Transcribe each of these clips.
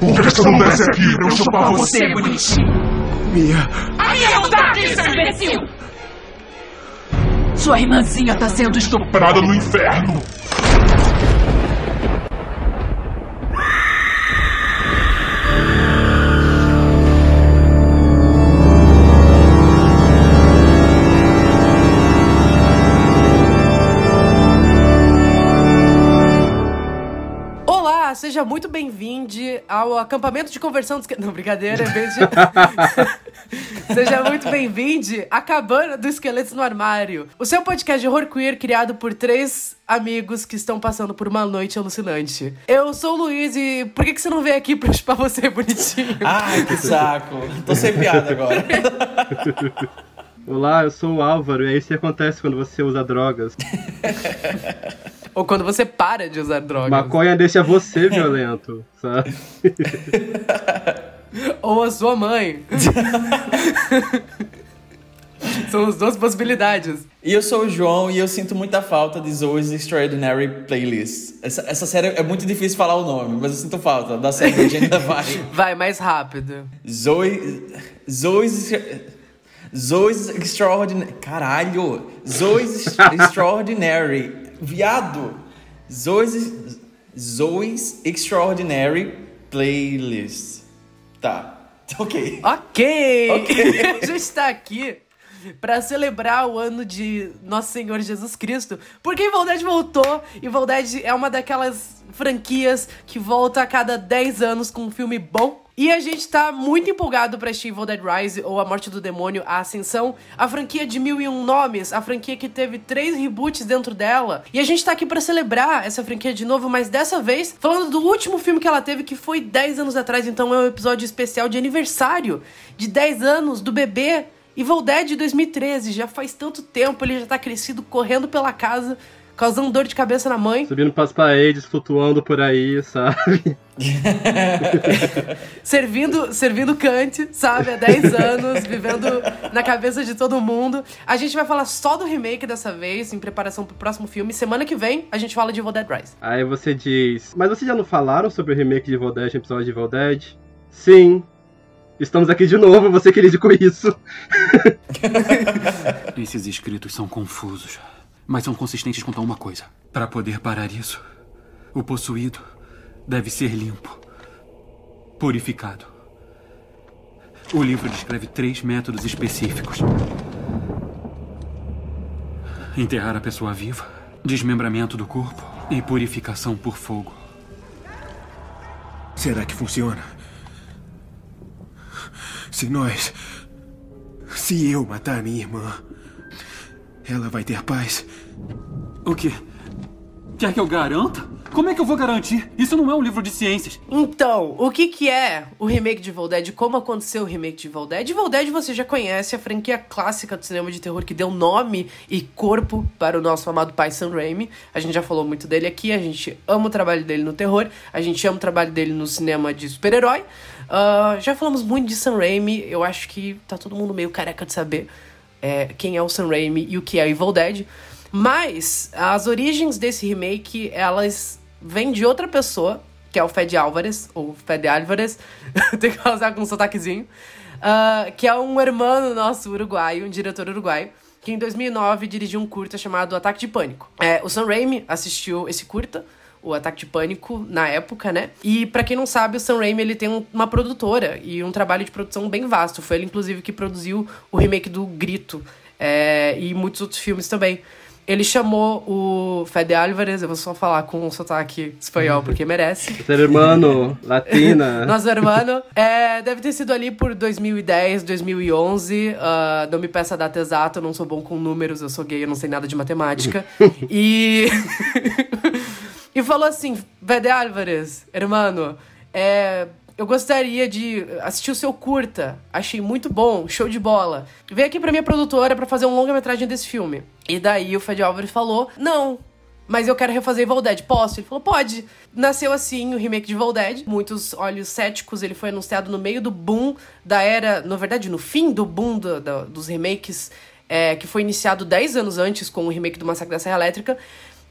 Por que você não desce aqui pra eu chupar você, bonitinho? Mia... A Mia não tá aqui, seu imbecil! Sua irmãzinha tá sendo Estuprada no inferno! Seja muito bem-vindo ao acampamento de conversão dos... Não, brincadeira, Seja muito bem-vindo à Cabana dos Esqueletos no Armário, o seu podcast de horror queer criado por 3 amigos que estão passando por uma noite alucinante. Eu sou o Luiz e por que você não veio aqui pra chupar você, bonitinho? Ai, que saco. Tô sem piada agora. Olá, eu sou o Álvaro e é isso que acontece quando você usa drogas. Ou quando você para de usar drogas. Maconha deixa você violento, sabe? Ou a sua mãe. São as duas possibilidades. E eu sou o João e eu sinto muita falta de Zoe's Extraordinary Playlist. Essa série é muito difícil falar o nome, mas eu sinto falta da série que a gente ainda vai. Vai, mais rápido. Zoe's Extraordinary... Caralho! Zoe's Extraordinary... Viado! Zoe's Extraordinary Playlist. Tá. Ok. A gente está aqui pra celebrar o ano de Nosso Senhor Jesus Cristo, porque Evil Dead voltou. Evil Dead é uma daquelas franquias que volta a cada 10 anos com um filme bom. E a gente tá muito empolgado pra assistir Evil Dead Rise, ou A Morte do Demônio, A Ascensão, a franquia de 1001 nomes, a franquia que teve 3 reboots dentro dela. E a gente tá aqui pra celebrar essa franquia de novo, mas dessa vez falando do último filme que ela teve, que foi 10 anos atrás, então é um episódio especial de aniversário de 10 anos do bebê Evil Dead de 2013. Já faz tanto tempo, ele já tá crescido, correndo pela casa, causando dor de cabeça na mãe. Subindo pras paredes, flutuando por aí, sabe? servindo Kant, sabe? Há 10 anos, vivendo na cabeça de todo mundo. A gente vai falar só do remake dessa vez, em preparação pro próximo filme. Semana que vem, a gente fala de Evil Dead Rise. Aí você diz, mas vocês já não falaram sobre o remake de Evil Dead, episódio de Evil Dead? Sim. Estamos aqui de novo, você querido com isso. Esses escritos são confusos, mas são consistentes quanto a uma coisa. Para poder parar isso, o possuído deve ser limpo, purificado. O livro descreve 3 métodos específicos: enterrar a pessoa viva, desmembramento do corpo e purificação por fogo. Será que funciona? Se eu matar minha irmã, ela vai ter paz? O quê? Quer que eu garanta? Como é que eu vou garantir? Isso não é um livro de ciências. Então, o que é o remake de Evil Dead? Como aconteceu o remake de Evil Dead? Evil Dead você já conhece, a franquia clássica do cinema de terror que deu nome e corpo para o nosso amado pai Sam Raimi. A gente já falou muito dele aqui, a gente ama o trabalho dele no terror, a gente ama o trabalho dele no cinema de super-herói. Já falamos muito de Sam Raimi, eu acho que tá todo mundo meio careca de saber quem é o Sam Raimi e o que é Evil Dead. Mas as origens desse remake, elas vêm de outra pessoa, que é o Fede Álvares, ou Fede Álvares, tem que usar com um sotaquezinho, que é um irmão nosso uruguaio, um diretor uruguaio, que em 2009 dirigiu um curta chamado Ataque de Pânico. O Sam Raimi assistiu esse curta, o Ataque de Pânico, na época, né? E pra quem não sabe, o Sam Raimi, ele tem uma produtora e um trabalho de produção bem vasto. Foi ele, inclusive, que produziu o remake do Grito e muitos outros filmes também. Ele chamou o Fede Álvares, eu vou só falar com um sotaque espanhol, porque merece. Seu irmão, latina. Nosso irmão. Deve ter sido ali por 2010, 2011. Não me peça a data exata, eu não sou bom com números, eu sou gay, eu não sei nada de matemática. E falou assim, Fede Álvares, irmão, eu gostaria de assistir o seu curta. Achei muito bom, show de bola. Veio aqui pra minha produtora pra fazer um longa-metragem desse filme. E daí o Fede Álvares falou, não, mas eu quero refazer Evil Dead, posso? Ele falou, pode. Nasceu assim o remake de Evil Dead. Muitos olhos céticos, ele foi anunciado no meio do boom da era... Na verdade, no fim do boom dos remakes, que foi iniciado 10 anos antes com o remake do Massacre da Serra Elétrica.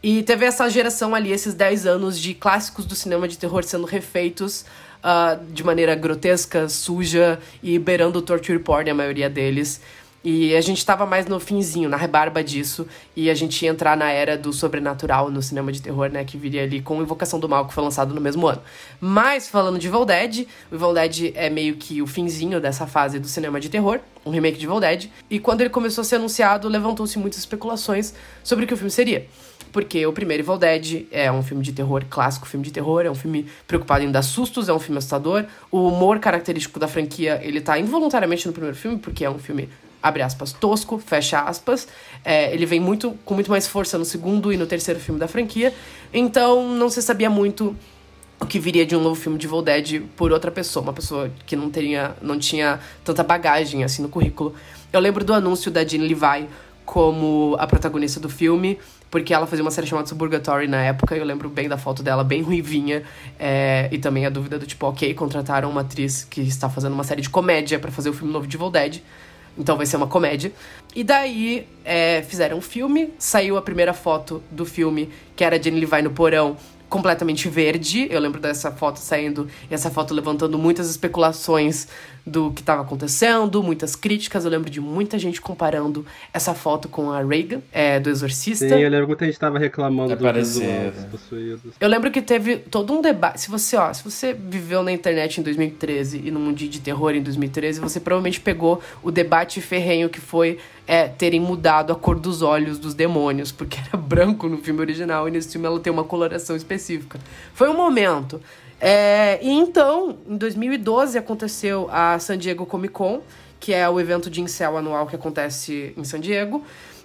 E teve essa geração ali, esses 10 anos de clássicos do cinema de terror sendo refeitos de maneira grotesca, suja e beirando o torture porn, a maioria deles. E a gente tava mais no finzinho, na rebarba disso, e a gente ia entrar na era do sobrenatural no cinema de terror, né, que viria ali com Invocação do Mal, que foi lançado no mesmo ano. Mas, falando de Evil Dead, o Evil Dead é meio que o finzinho dessa fase do cinema de terror, um remake de Evil Dead, e quando ele começou a ser anunciado, levantou-se muitas especulações sobre o que o filme seria. Porque o primeiro Evil Dead é um filme de terror, clássico filme de terror, é um filme preocupado em dar sustos, é um filme assustador. O humor característico da franquia, ele tá involuntariamente no primeiro filme, porque é um filme, abre aspas, tosco, fecha aspas. Ele vem com muito mais força no segundo e no terceiro filme da franquia. Então, não se sabia muito o que viria de um novo filme de Evil Dead por outra pessoa. Uma pessoa que não tinha tanta bagagem, assim, no currículo. Eu lembro do anúncio da Jeanne Levi como a protagonista do filme, porque ela fazia uma série chamada Suburgatory na época, e eu lembro bem da foto dela, bem ruivinha, e também a dúvida do tipo, ok, contrataram uma atriz que está fazendo uma série de comédia pra fazer o filme novo de Evil Dead, então vai ser uma comédia. E daí, fizeram um filme, saiu a primeira foto do filme, que era a Jeanne Levi no porão, completamente verde. Eu lembro dessa foto saindo, e essa foto levantando muitas especulações do que estava acontecendo, muitas críticas. Eu lembro de muita gente comparando essa foto com a Reagan, do Exorcista. Sim, eu lembro que muita gente estava reclamando do parecer, dos possuídos. Eu lembro que teve todo um debate. Se você viveu na internet em 2013 e no mundinho de terror em 2013, você provavelmente pegou o debate ferrenho que foi terem mudado a cor dos olhos dos demônios, porque era branco no filme original e nesse filme ela tem uma coloração específica. Foi um momento. E então, em 2012, aconteceu a San Diego Comic Con, que é o evento de incel anual que acontece em San Diego.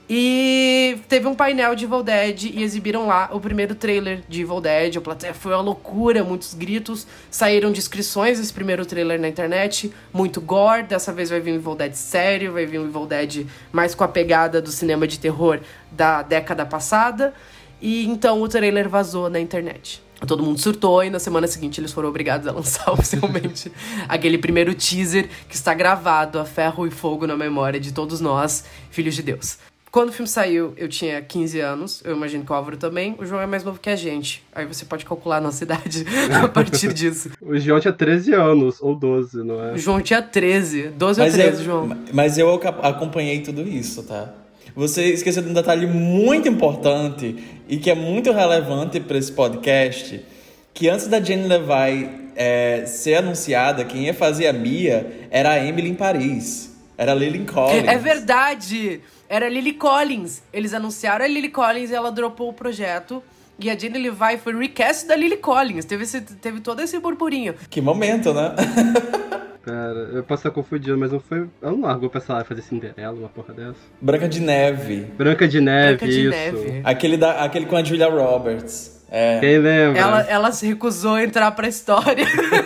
E teve um painel de Evil Dead e exibiram lá o primeiro trailer de Evil Dead. A plateia foi uma loucura, muitos gritos. Saíram descrições desse primeiro trailer na internet. Muito gore. Dessa vez vai vir um Evil Dead sério, vai vir um Evil Dead mais com a pegada do cinema de terror da década passada. E então o trailer vazou na internet. Todo mundo surtou e na semana seguinte eles foram obrigados a lançar oficialmente aquele primeiro teaser que está gravado a ferro e fogo na memória de todos nós, filhos de Deus. Quando o filme saiu, eu tinha 15 anos, eu imagino que o Álvaro também. O João é mais novo que a gente. Aí você pode calcular a nossa idade a partir disso. O João tinha 13 anos, ou 12, não é? O João tinha 13, 12 ou 13, João. Mas eu acompanhei tudo isso, tá? Você esqueceu de um detalhe muito importante e que é muito relevante para esse podcast, que antes da Jeanne Levi ser anunciada, quem ia fazer a Mia era a Emily em Paris. Era a Lily Collins. É verdade! Era a Lily Collins. Eles anunciaram a Lily Collins e ela dropou o projeto. E a Jeanne Levi foi recast da Lily Collins. Teve todo esse burburinho. Que momento, né? Cara, eu posso estar confundindo, mas não foi... Ela não largou pra, sei lá, fazer Cinderela, uma porra dessa? Branca de Neve. Branca de Neve, Branca de isso. Neve. Aquele com a Julia Roberts. Quem lembra? Ela se recusou a entrar pra história.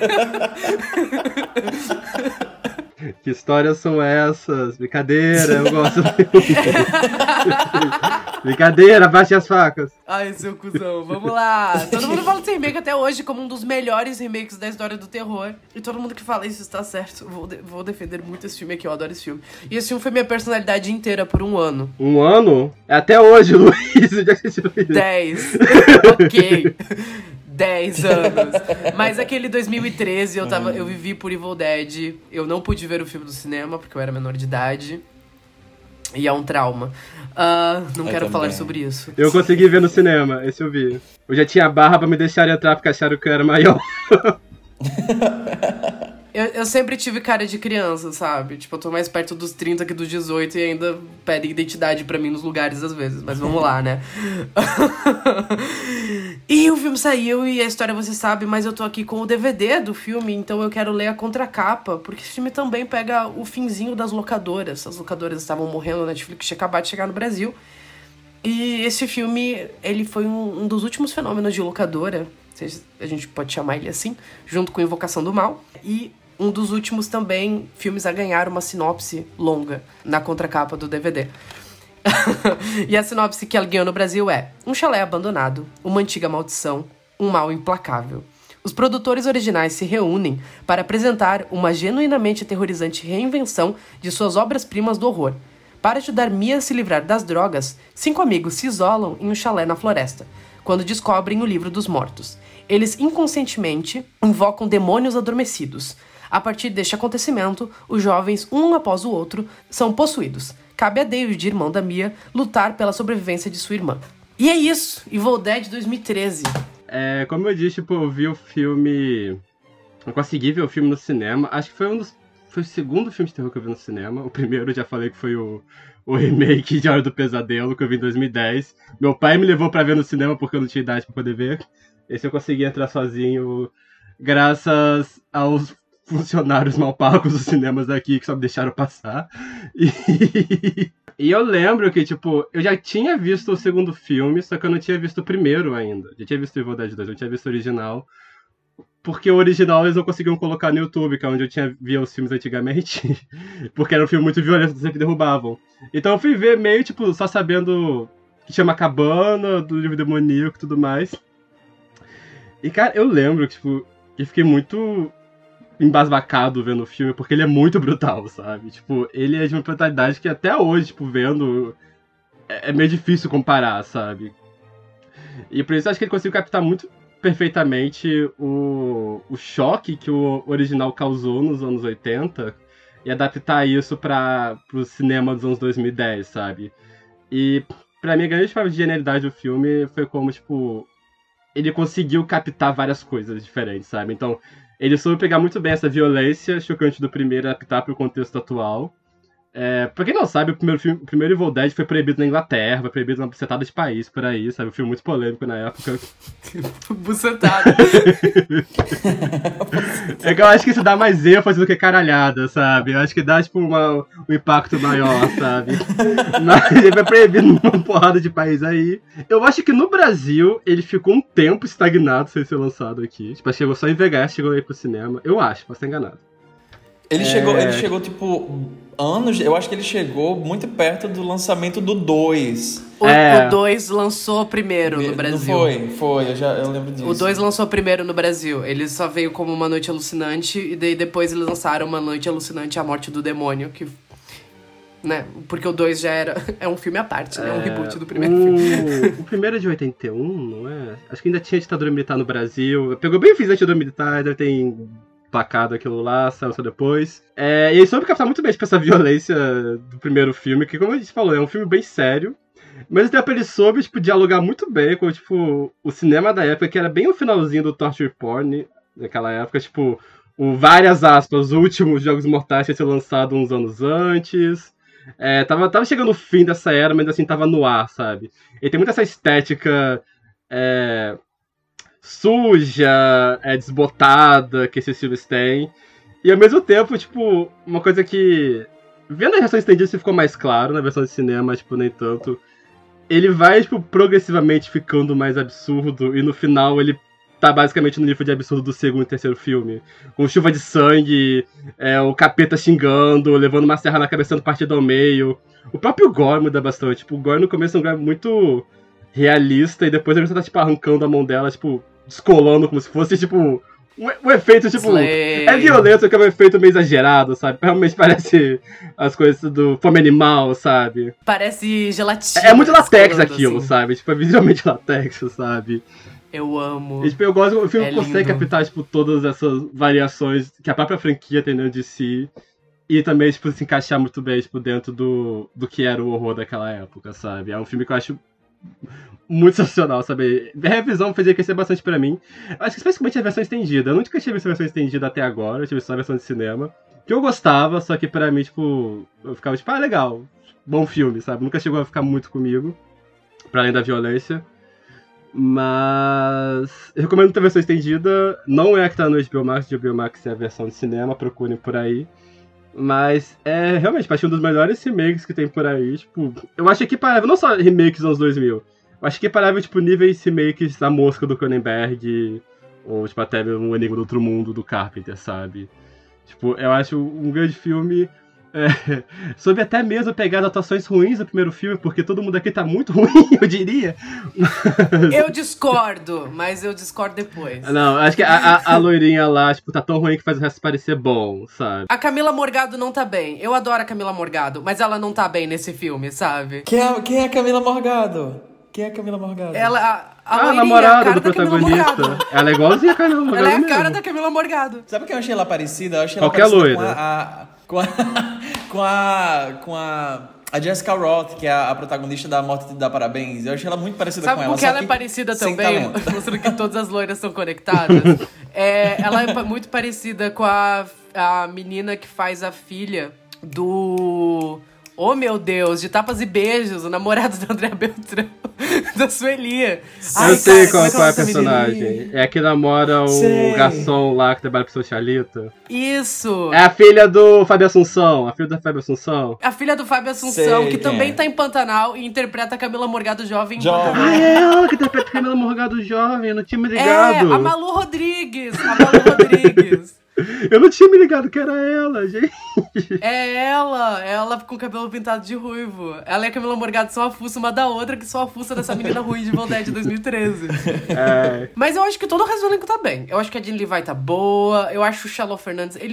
Que histórias são essas? Brincadeira, eu gosto. Brincadeira, baixe as facas. Ai, seu cuzão, vamos lá. Todo mundo fala desse remake até hoje como um dos melhores remakes da história do terror. E todo mundo que fala isso está certo. Vou defender muito esse filme aqui, eu adoro esse filme. E esse filme foi minha personalidade inteira por um ano. Um ano? É até hoje, Luiz. Já assistiu isso? 10. Ok. 10 anos. Mas aquele 2013, eu vivi por Evil Dead. Eu não pude ver o filme do cinema, porque eu era menor de idade. E é um trauma. Não quero falar sobre isso. Eu consegui ver no cinema, esse eu vi. Eu já tinha barra pra me deixar entrar porque acharam que eu era maior. Eu sempre tive cara de criança, sabe? Tipo, eu tô mais perto dos 30 que dos 18 e ainda pedem identidade pra mim nos lugares às vezes. Mas vamos lá, né? E o filme saiu e a história você sabe, mas eu tô aqui com o DVD do filme, então eu quero ler a contracapa, porque esse filme também pega o finzinho das locadoras. As locadoras estavam morrendo, a Netflix tinha acabado de chegar no Brasil. E esse filme, ele foi um dos últimos fenômenos de locadora, a gente pode chamar ele assim, junto com Invocação do Mal. E um dos últimos também filmes a ganhar uma sinopse longa na contracapa do DVD. E a sinopse que ela ganhou no Brasil é: um chalé abandonado, uma antiga maldição, um mal implacável. Os produtores originais se reúnem para apresentar uma genuinamente aterrorizante reinvenção de suas obras-primas do horror. Para ajudar Mia a se livrar das drogas, 5 amigos se isolam em um chalé na floresta, quando descobrem o livro dos mortos. Eles inconscientemente invocam demônios adormecidos. A partir deste acontecimento, os jovens, um após o outro, são possuídos. Cabe a David, irmão da Mia, lutar pela sobrevivência de sua irmã. E é isso, Evil Dead 2013. Como eu disse, tipo, eu vi o filme... Eu consegui ver o filme no cinema. Acho que foi o segundo filme de terror que eu vi no cinema. O primeiro eu já falei que foi o remake de Hora do Pesadelo, que eu vi em 2010. Meu pai me levou pra ver no cinema porque eu não tinha idade pra poder ver. Esse eu consegui entrar sozinho graças aos funcionários mal pagos dos cinemas daqui que só me deixaram passar. E eu lembro que, tipo, eu já tinha visto o segundo filme, só que eu não tinha visto o primeiro ainda. Já tinha visto o Evil Dead 2, eu não tinha visto o original. Porque o original eles não conseguiam colocar no YouTube, que é onde eu via os filmes antigamente. Porque era um filme muito violento, sempre derrubavam. Então eu fui ver meio, tipo, só sabendo que chama Cabana, do livro demoníaco e tudo mais. E, cara, eu lembro que, tipo, eu fiquei muito embasbacado vendo o filme, porque ele é muito brutal, sabe? Tipo, ele é de uma brutalidade que até hoje, tipo, vendo, é meio difícil comparar, sabe? E por isso eu acho que ele conseguiu captar muito perfeitamente o choque que o original causou nos anos 80 e adaptar isso pro cinema dos anos 2010, sabe? E pra mim a grande parte de genialidade do filme foi como, tipo, ele conseguiu captar várias coisas diferentes, sabe? Então, ele soube pegar muito bem essa violência chocante do primeiro e adaptar pro contexto atual. Pra quem não sabe, o primeiro Evil Dead foi proibido na Inglaterra, foi proibido numa bucetada de país por aí, sabe? Um filme muito polêmico na época. Bucetada. É que eu acho que isso dá mais ênfase do que caralhada, sabe? Eu acho que dá, tipo, um impacto maior, sabe? Mas ele foi proibido numa porrada de país aí. Eu acho que no Brasil ele ficou um tempo estagnado sem ser lançado aqui. Tipo, chegou só em VHS, chegou aí pro cinema. Eu acho, posso estar enganado. Ele chegou, tipo, anos... Eu acho que ele chegou muito perto do lançamento do 2. O 2 lançou primeiro no Brasil. Não foi. Eu lembro disso. O 2 lançou primeiro no Brasil. Ele só veio como Uma Noite Alucinante. E daí depois eles lançaram Uma Noite Alucinante, A Morte do Demônio. Que, né? Porque o 2 já era... É um filme à parte, né? É um reboot do primeiro filme. O primeiro é de 81, não é? Acho que ainda tinha ditadura militar no Brasil. Pegou bem o fim da ditadura militar, deve ter placado aquilo lá, saiu só depois. E ele soube captar muito bem, tipo, essa violência do primeiro filme, que, como a gente falou, é um filme bem sério. Mas até ele soube, tipo, dialogar muito bem com, tipo, o cinema da época, que era bem o finalzinho do torture porn, naquela época, tipo, várias aspas, os últimos Jogos Mortais tinha sido lançado uns anos antes. Tava chegando o fim dessa era, mas assim, tava no ar, sabe? E tem muito essa estética suja, desbotada que esses filmes têm. E ao mesmo tempo, tipo, uma coisa que, vendo a versão estendida, isso ficou mais claro, na versão de cinema, tipo, nem tanto. Ele vai, tipo, progressivamente ficando mais absurdo, e no final ele tá basicamente no nível de absurdo do segundo e terceiro filme. Com chuva de sangue, o capeta xingando, levando uma serra na cabeça sendo partido ao meio. O próprio gore muda bastante. Tipo, o gore no começo é um gore muito realista, e depois ele tá, tipo, arrancando a mão dela, tipo, descolando como se fosse, tipo, um efeito, tipo, Slay. É violento, que é um efeito meio exagerado, sabe? Realmente parece as coisas do Fome Animal, sabe? Parece gelatina. É muito latex descolando, aquilo, assim. sabe? Tipo, é visualmente latex, sabe? Eu amo. E, tipo, eu gosto, o filme É consegue lindo. captar, tipo, todas essas variações que a própria franquia tem dentro de si. E também, tipo, se encaixar muito bem, tipo, dentro do que era o horror daquela época, sabe? É um filme que eu acho muito sensacional, sabe? A revisão fez crescer bastante pra mim. Acho que especialmente a versão estendida. Eu nunca tinha visto a versão estendida até agora, eu tive só a versão de cinema. Que eu gostava, só que pra mim, tipo, eu ficava tipo, legal, bom filme, sabe? Nunca chegou a ficar muito comigo, pra além da violência. Mas eu recomendo a versão estendida. Não é a que tá no HBO Max, de HBO Max é a versão de cinema, procurem por aí. Mas realmente, acho que um dos melhores remakes que tem por aí. Tipo, eu acho que equiparável, não só remakes dos anos 2000, eu acho que equiparável, tipo, níveis remakes da Mosca do Cronenberg, ou tipo, até um Enigma do Outro Mundo do Carpenter, sabe? Tipo, eu acho um grande filme. Soube até mesmo pegar as atuações ruins do primeiro filme, porque todo mundo aqui tá muito ruim, eu diria. Eu discordo, mas eu discordo depois. Não, acho que a loirinha lá, tipo, tá tão ruim que faz o resto parecer bom, sabe? A Camila Morgado não tá bem. Eu adoro a Camila Morgado, mas ela não tá bem nesse filme, sabe? Quem é a Camila Morgado? Quem é a Camila Morgado? Ela, a A loirinha, namorada cara do da Camila protagonista. Morgado. Ela é igualzinha a Camila Morgado Ela é a mesmo. cara da Camila Morgado. Sabe o que eu achei ela parecida? Eu achei Qualquer ela parecida loira. com a Jessica Roth, que é a protagonista da Morte Te Dá Parabéns. Eu achei ela muito parecida Sabe com ela. por que só ela que é parecida sem também? talento. Mostrando que todas as loiras são conectadas. Ela é muito parecida com a menina que faz a filha do... Oh, meu Deus, de Tapas e Beijos, o namorado da Andréa Beltrão, da Suelia. Eu sei qual é a essa personagem. menininha? É a que namora o Sei. garçom lá que trabalha pro seu Charlito. Isso! É a filha do Fábio Assunção. A filha da Fábio Assunção. A filha do Fábio Assunção, Sei que quem também é. tá em Pantanal e interpreta a Camila Morgado jovem em Jovem. Pantanal. Ah, é ela que interpreta a Camila Morgado jovem. Eu não tinha me É, ligado. a Malu Rodrigues. A Malu Rodrigues. Eu não tinha me ligado que era ela, gente. É ela com o cabelo pintado de ruivo. Ela e a Camila Morgado são a fuça uma da outra, que são a fuça dessa menina ruim de Valdez de 2013. É. Mas eu acho que todo o resto do elenco tá bem. Eu acho que a Jean Levi tá boa. Eu acho o Shallow Fernandes, ele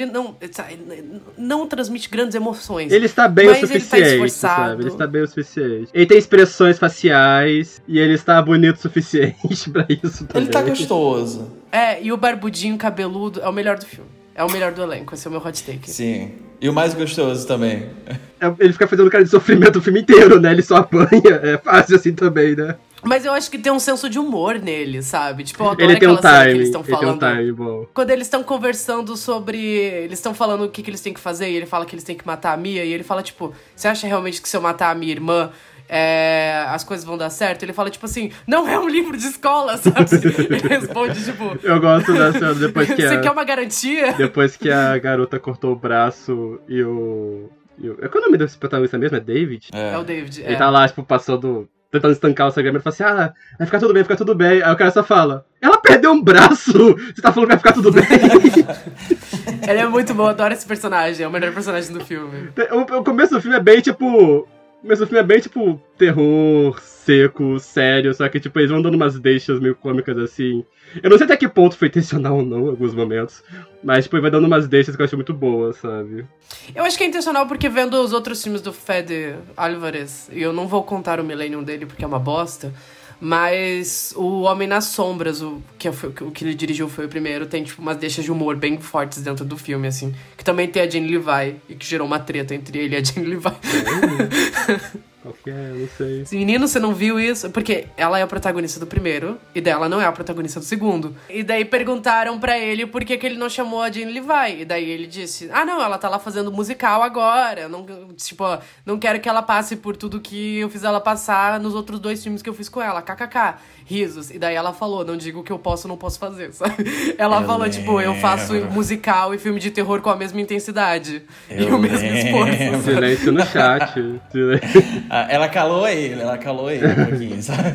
não transmite grandes emoções. Ele está bem mas o suficiente, ele tá esforçado. sabe? Ele está bem o suficiente. Ele tem expressões faciais e ele está bonito o suficiente pra isso também. Ele tá gostoso. E o barbudinho cabeludo é o melhor do filme. É o melhor do elenco, esse é o meu hot take. Sim. E o mais gostoso também. Ele fica fazendo cara de sofrimento o filme inteiro, né? Ele só apanha. É fácil assim também, né? Mas eu acho que tem um senso de humor nele, sabe? Tipo, eu adoro Ele tem um aquela cena que time. eles estão Ele tem um falando. time bom. Quando eles estão conversando sobre... Eles estão falando o que eles têm que fazer, e ele fala que eles têm que matar a Mia, e ele fala, tipo, você acha realmente que se eu matar a minha irmã, as coisas vão dar certo? Ele fala, tipo assim, não é um livro de escola, sabe? Ele responde, tipo... Eu gosto da cena depois que Você quer uma garantia? Depois que a garota cortou o braço e o... Qual é o nome desse protagonista mesmo? É David? É o David, Ele tá lá, tipo, passando... Tentando estancar o sangramento. Ele fala assim, vai ficar tudo bem, vai ficar tudo bem. Aí o cara só fala, ela perdeu um braço! Você tá falando que vai ficar tudo bem? Ele é muito bom, eu adoro esse personagem. É o melhor personagem do filme. O começo do filme é bem, tipo... terror, seco, sério, só que, tipo, eles vão dando umas deixas meio cômicas, assim. Eu não sei até que ponto foi intencional ou não, em alguns momentos, mas, tipo, ele vai dando umas deixas que eu acho muito boas, sabe? Eu acho que é intencional porque vendo os outros filmes do Fede Álvares, e eu não vou contar o Millennium dele porque é uma bosta, mas o Homem nas Sombras, o que ele dirigiu foi o primeiro, tem, tipo, umas deixas de humor bem fortes dentro do filme, assim. Que também tem a Jean Levi, e que gerou uma treta entre ele e a Jean Levi. Qual que é? Não sei. Menino, você não viu isso? Porque ela é a protagonista do primeiro, e daí ela não é a protagonista do segundo. E daí perguntaram pra ele por que ele não chamou a Jean Levi. E daí ele disse, não, ela tá lá fazendo musical agora. Não quero que ela passe por tudo que eu fiz ela passar nos outros 2 filmes que eu fiz com ela. KKK. Risos. E daí ela falou, não digo o que eu posso ou não posso fazer, sabe? Ela falou, tipo, eu faço musical e filme de terror com a mesma intensidade. E o mesmo esforço. Silêncio no chat. Ela calou ele um pouquinho, sabe?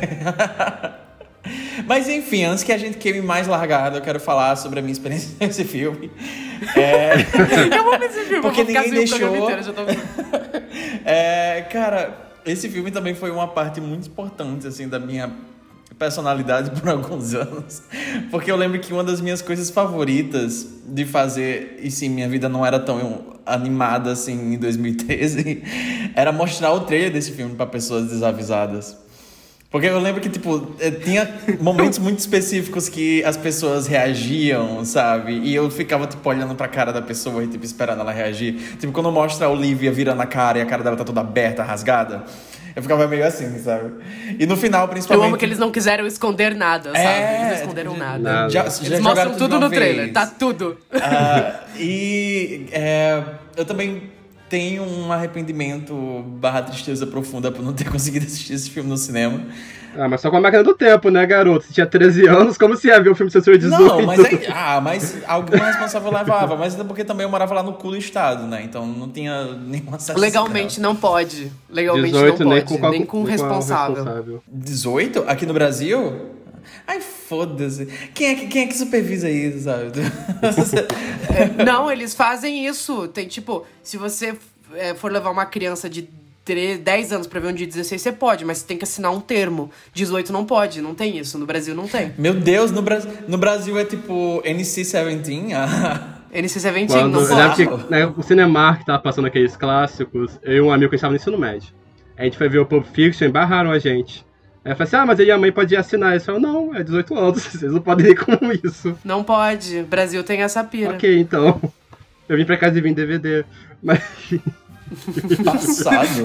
Mas enfim, antes que a gente queime mais largado, eu quero falar sobre a minha experiência nesse filme. Eu amo esse filme, porque eu vou ficar ninguém assim o programa deixou. inteiro, já tô... Cara, esse filme também foi uma parte muito importante, assim, da minha personalidade por alguns anos. Porque eu lembro que uma das minhas coisas favoritas de fazer, e sim, minha vida não era tão animada assim em 2013, era mostrar o trailer desse filme pra pessoas desavisadas. Porque eu lembro que, tipo, tinha momentos muito específicos que as pessoas reagiam, sabe? E eu ficava, tipo, olhando pra cara da pessoa e, tipo, esperando ela reagir. Tipo, quando mostra a Olivia virando a cara e a cara dela tá toda aberta, rasgada, eu ficava meio assim, sabe? E no final, principalmente... Eu amo que eles não quiseram esconder nada, sabe? Eles não esconderam nada. Já Eles mostram tudo no trailer, tá tudo. Eu também tenho um arrependimento / tristeza profunda por não ter conseguido assistir esse filme no cinema. Mas só com a máquina do tempo, né, garoto? Você tinha 13 anos, como se ia ver o filme censura 18? Não, mas alguma responsável levava. Mas é porque também eu morava lá no cu do estado, né? Então não tinha nenhum acesso. Legalmente não pode. Legalmente 18, não pode. Nem com responsável. 18? Aqui no Brasil? Ai, foda-se. Quem é que supervisa isso, sabe? Não, eles fazem isso. Tem, tipo, se você for levar uma criança de 10 anos pra ver um dia 16, você pode, mas você tem que assinar um termo. 18 não pode, não tem isso. No Brasil não tem. Meu Deus, no Brasil é tipo NC-17? NC-17 Quando, não eu pode. lembro que, né, o Cinemark tava passando aqueles clássicos, eu e um amigo que estava no ensino médio. A gente foi ver o Pulp Fiction e barraram a gente. Aí eu falei assim, mas aí a mãe podia assinar. Ele falou, não, é 18 anos, vocês não podem ir com isso. Não pode. O Brasil tem essa pira. Ok, então. Eu vim pra casa e vim DVD. Mas... Passado.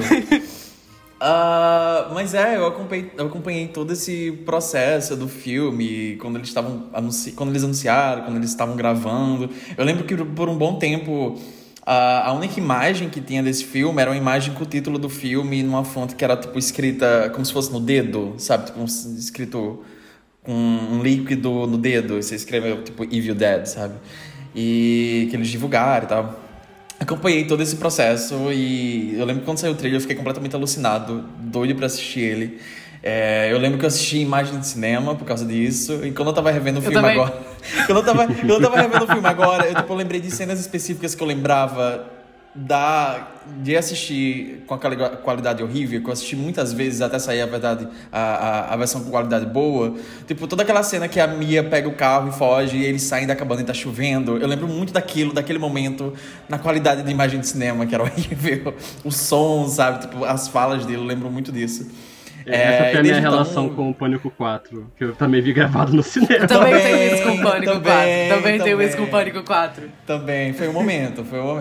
Mas eu acompanhei todo esse processo do filme, quando eles anunciaram, quando eles estavam gravando. Eu lembro que por um bom tempo a única imagem que tinha desse filme era uma imagem com o título do filme numa fonte que era tipo escrita como se fosse no dedo, sabe? Tipo, escrito com um líquido no dedo. E você escreveu tipo Evil Dead, sabe? E que eles divulgaram e tal. Acompanhei todo esse processo e eu lembro que quando saiu o trailer eu fiquei completamente alucinado, doido pra assistir ele. Eu lembro que eu assisti imagem de cinema por causa disso, e quando eu tava revendo o filme também. agora... Quando eu tava revendo o filme agora, eu lembrei de cenas específicas que eu lembrava de assistir com aquela qualidade horrível, que eu assisti muitas vezes até sair a versão com qualidade boa. Tipo, toda aquela cena que a Mia pega o carro e foge e eles saem da cabana e tá chovendo. Eu lembro muito daquele momento, na qualidade de imagem de cinema, que era horrível. O som, sabe? Tipo, as falas dele, eu lembro muito disso. Essa foi a minha relação com o Pânico 4, que eu também vi gravado no cinema. Também tenho isso com o Pânico 4. Também tenho isso com o Pânico 4. Também, foi um momento.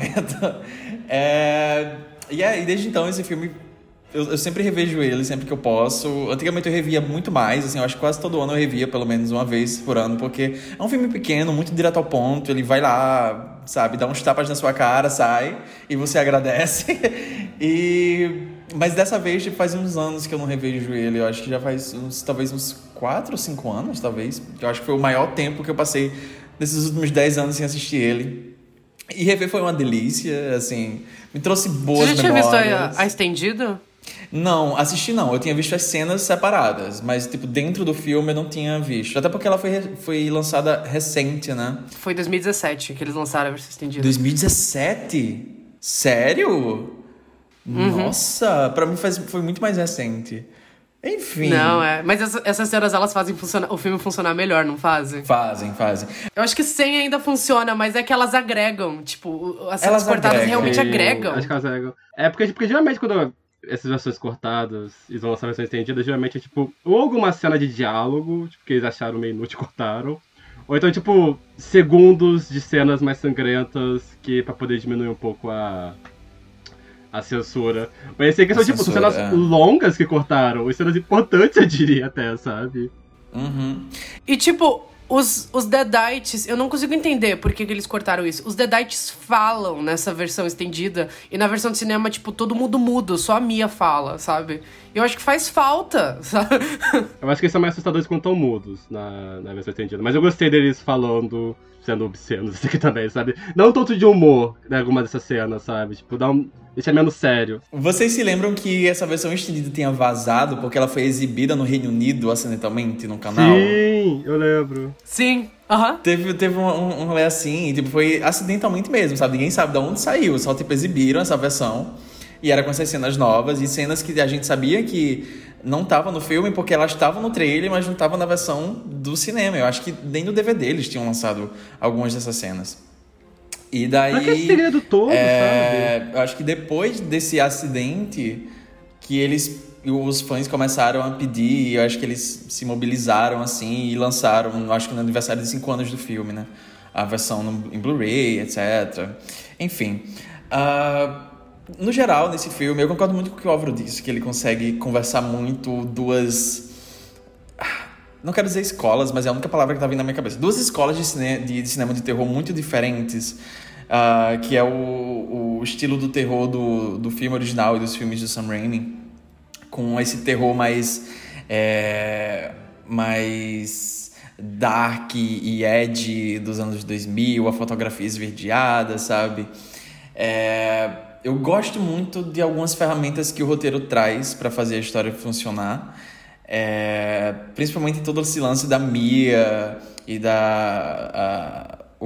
E desde então esse filme, eu sempre revejo ele, sempre que eu posso. Antigamente eu revia muito mais, assim, eu acho que quase todo ano eu revia pelo menos uma vez por ano, porque é um filme pequeno, muito direto ao ponto, ele vai lá, sabe, dá uns tapas na sua cara, sai, e você agradece. Mas dessa vez, tipo, faz uns anos que eu não revejo ele, eu acho que já faz talvez uns 4 ou 5 anos, talvez. Eu acho que foi o maior tempo que eu passei nesses últimos 10 anos sem assistir ele. E rever foi uma delícia, assim, me trouxe boas memórias. Você já tinha visto a estendida? Não, assisti não. Eu tinha visto as cenas separadas, mas, tipo, dentro do filme eu não tinha visto. Até porque ela foi lançada recente, né? Foi em 2017 que eles lançaram a versão estendida. 2017? Sério? Nossa, pra mim foi muito mais recente. Enfim. Não, mas essas cenas, elas fazem o filme funcionar melhor, não fazem? Fazem. Eu acho que sem ainda funciona, mas é que elas agregam. Tipo, as cenas Elas cortadas agregam. realmente agregam. Acho que elas agregam. Porque geralmente quando essas versões cortadas e vão lançar versões estendidas, geralmente é tipo, ou alguma cena de diálogo, tipo, que eles acharam meio inútil e cortaram. Ou então, tipo, segundos de cenas mais sangrentas pra poder diminuir um pouco a censura. Mas sei que são, tipo, cenas longas que cortaram, e cenas importantes, eu diria até, sabe? E, tipo, os Deadites, eu não consigo entender por que eles cortaram isso. Os Deadites falam nessa versão estendida, e na versão de cinema, tipo, todo mundo muda, só a Mia fala, sabe? Eu acho que faz falta, sabe? Eu acho que eles são mais assustadores quando estão mudos na versão estendida. Mas eu gostei deles falando, sendo obscenos, isso aqui também, sabe? Dá um tanto de humor em alguma dessas cenas, sabe? Tipo, deixa menos sério. Vocês se lembram que essa versão estendida tinha vazado porque ela foi exibida no Reino Unido acidentalmente no canal? Sim, eu lembro. Sim, Teve um rolê assim, tipo, foi acidentalmente mesmo, sabe? Ninguém sabe de onde saiu, só, tipo, exibiram essa versão. E era com essas cenas novas, e cenas que a gente sabia que não estavam no filme porque elas estavam no trailer, mas não estavam na versão do cinema. Eu acho que nem no DVD eles tinham lançado algumas dessas cenas. E daí... Pra que esse segredo todo, sabe? Eu acho que depois desse acidente que os fãs começaram a pedir, eu acho que eles se mobilizaram assim e lançaram, acho que no aniversário de 5 anos do filme, né? A versão em Blu-ray, etc. Enfim. No geral, nesse filme, eu concordo muito com o que o Álvaro disse, que ele consegue conversar muito duas... Não quero dizer escolas, mas é a única palavra que tá vindo na minha cabeça. Duas escolas de cinema de terror muito diferentes, que é o estilo do terror do filme original e dos filmes do Sam Raimi, com esse terror mais dark e edgy dos anos 2000, a fotografia esverdeada, sabe? Eu gosto muito de algumas ferramentas que o roteiro traz para fazer a história funcionar. Principalmente todo esse lance da Mia e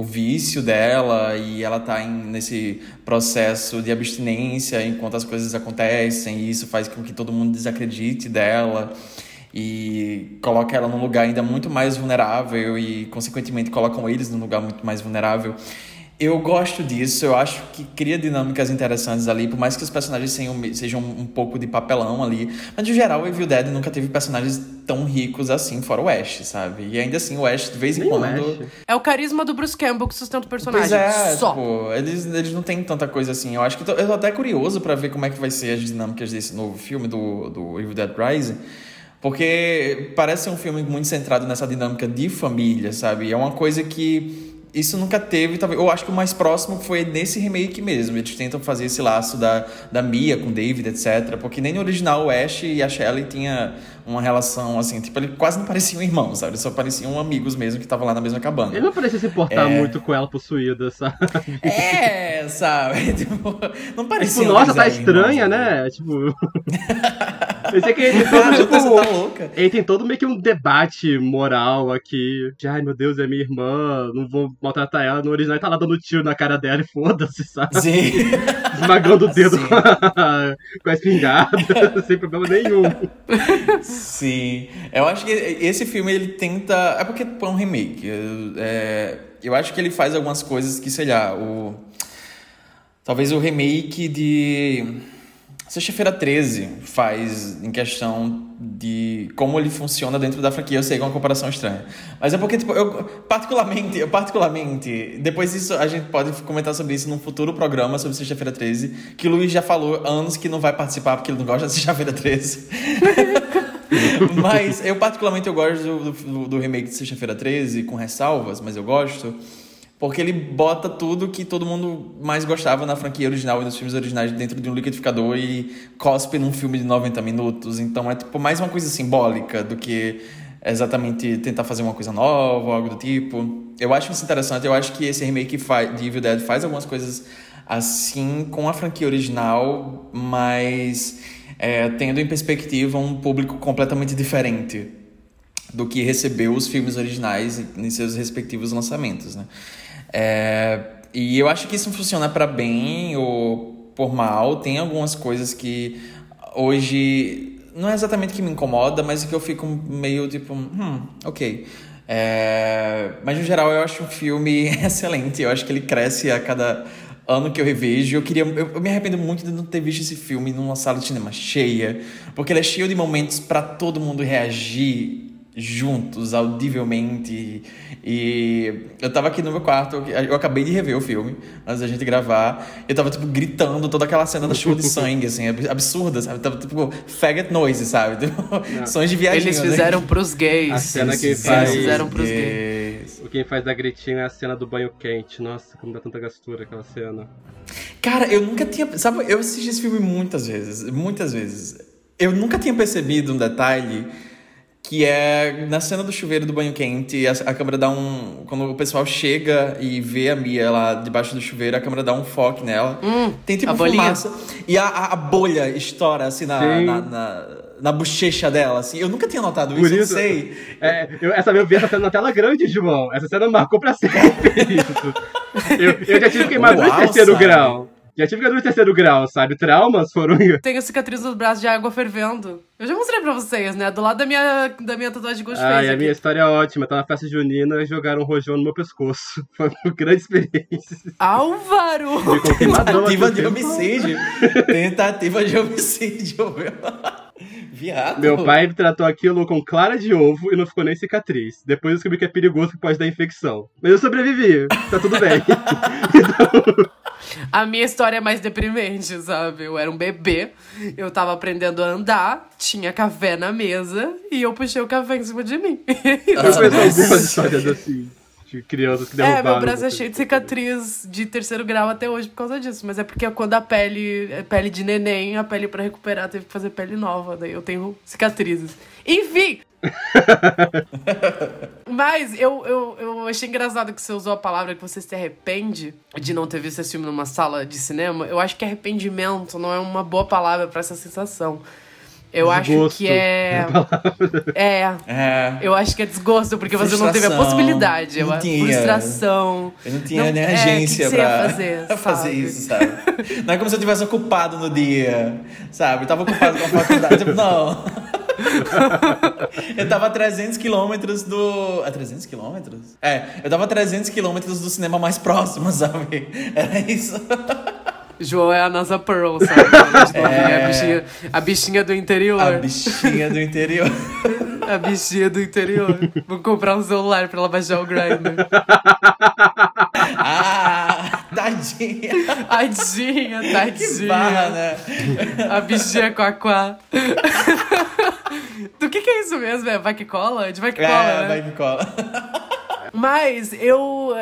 o vício dela e ela tá nesse processo de abstinência enquanto as coisas acontecem, e isso faz com que todo mundo desacredite dela e coloca ela num lugar ainda muito mais vulnerável e, consequentemente, colocam eles num lugar muito mais vulnerável. Eu gosto disso, eu acho que cria dinâmicas interessantes ali, por mais que os personagens sejam um pouco de papelão ali. Mas, no geral, o Evil Dead nunca teve personagens tão ricos assim, fora o Ash, sabe? E ainda assim, o Ash, de vez em quando... É o carisma do Bruce Campbell que sustenta o personagem. Pois é, só. tipo, eles não têm tanta coisa assim. Eu acho que eu tô até curioso pra ver como é que vai ser as dinâmicas desse novo filme, do Evil Dead Rising. Porque parece ser um filme muito centrado nessa dinâmica de família, sabe? É uma coisa que isso nunca teve, talvez. Eu acho que o mais próximo foi nesse remake mesmo. Eles tentam fazer esse laço da Mia com o David, etc. Porque nem no original o Ash e a Shelley tinha uma relação assim, tipo, eles quase não pareciam irmãos, sabe? Eles só pareciam amigos mesmo que estavam lá na mesma cabana. Ele não parecia se importar muito com ela possuída, sabe? Sabe? Tipo, não parecia. Tipo, nossa, tá estranha, né? Tipo. Eu sei que ele tem todo, tipo, você tá louca. Ele tem todo meio que um debate moral aqui. De, ai, meu Deus, é minha irmã, não vou maltratar ela. No original ele tá lá dando tiro na cara dela e foda-se, sabe? Sim. Esmagando o dedo com a espingarda, sem problema nenhum. Sim. Eu acho que esse filme, ele tenta... É porque é um remake. Eu acho que ele faz algumas coisas que, sei lá, talvez o remake de... Sexta-feira 13 faz em questão de como ele funciona dentro da franquia. Eu sei que é uma comparação estranha. Mas é porque, tipo, eu particularmente, depois disso a gente pode comentar sobre isso num futuro programa sobre Sexta-feira 13, que o Luiz já falou há anos que não vai participar porque ele não gosta de Sexta-feira 13. Mas eu particularmente gosto do remake de Sexta-feira 13, com ressalvas, mas eu gosto... Porque ele bota tudo que todo mundo mais gostava na franquia original e nos filmes originais dentro de um liquidificador e cospe num filme de 90 minutos. Então é tipo mais uma coisa simbólica do que exatamente tentar fazer uma coisa nova ou algo do tipo. Eu acho isso interessante. Eu acho que esse remake de Evil Dead faz algumas coisas assim com a franquia original, mas tendo em perspectiva um público completamente diferente do que recebeu os filmes originais em seus respectivos lançamentos, né? E eu acho que isso funciona para bem ou por mal. Tem algumas coisas que hoje não é exatamente que me incomoda, mas que eu fico meio tipo, ok. Mas no geral eu acho um filme excelente. Eu acho que ele cresce a cada ano que eu revejo. Eu me arrependo muito de não ter visto esse filme numa sala de cinema cheia, porque ele é cheio de momentos para todo mundo reagir juntos, audivelmente. E eu tava aqui no meu quarto, eu acabei de rever o filme antes da gente gravar. Eu tava, tipo, gritando toda aquela cena da chuva de sangue, assim, absurda, sabe? Tava, tipo, faggot noise, sabe? Tipo, sons de viagem. Eles fizeram pros gays. A cena que Eles fizeram pros gays. O quem faz da gritinho é a cena do banho quente. Nossa, como dá tanta gastura aquela cena. Cara, eu nunca tinha... Sabe, eu assisti esse filme muitas vezes. Eu nunca tinha percebido um detalhe... Que é na cena do chuveiro do banho quente, a câmera dá quando o pessoal chega e vê a Mia lá debaixo do chuveiro, a câmera dá um foco nela. Tem tipo fumaça. E a bolha estoura assim na bochecha dela, assim. Eu nunca tinha notado isso, eu não sei. Eu vi essa cena na tela grande, João. Essa cena marcou pra sempre isso. Eu já tive queimadura de terceiro grau. Já tive queimadura de terceiro grau, sabe? Traumas foram... Tenho cicatriz no braço de água fervendo. Eu já mostrei pra vocês, né? Do lado da minha tatuagem de Ghostface. A minha história é ótima. Tá na festa junina e jogaram um rojão no meu pescoço. Foi uma grande experiência. Álvaro! Tentativa de homicídio. Tentativa de homicídio, meu. Viado. Meu pai tratou aquilo com clara de ovo e não ficou nem cicatriz. Depois eu descobri que é perigoso, que pode dar infecção. Mas eu sobrevivi. Tá tudo bem. Então... A minha história é mais deprimente, sabe? Eu era um bebê, eu tava aprendendo a andar, tinha café na mesa e eu puxei o café em cima de mim. Eu conheço algumas histórias assim, de crianças que derrubaram. Meu braço é cheio de cicatriz de terceiro grau até hoje por causa disso. Mas é porque quando a pele de neném, a pele pra recuperar teve que fazer pele nova. Daí eu tenho cicatrizes. Enfim! Mas eu achei engraçado que você usou a palavra que você se arrepende de não ter visto esse filme numa sala de cinema. Eu acho que arrependimento não é uma boa palavra pra essa sensação. Eu acho Desgosto. que é. Eu acho que é desgosto, porque você não teve a Frustração. possibilidade. Não tinha. Frustração. Eu não tinha nem agência que você ia pra fazer, pra fazer sabe? isso, sabe? Não é como se eu tivesse ocupado no dia, sabe? Eu tava ocupado com a faculdade. Tipo, não. Eu tava a 300 quilômetros do... 300 quilômetros? Eu tava a 300 quilômetros do cinema mais próximo, sabe? Era isso. João é a nossa Pearl, sabe? A bichinha do interior. A bichinha do interior. A bichinha do interior. Vou comprar um celular pra ela baixar o Grindr. Tadinha. Tadinha. Que barra, né? A bichinha quaquá. Do que é isso mesmo? É vai que cola? De vai que cola, né? Vai que cola. Mas eu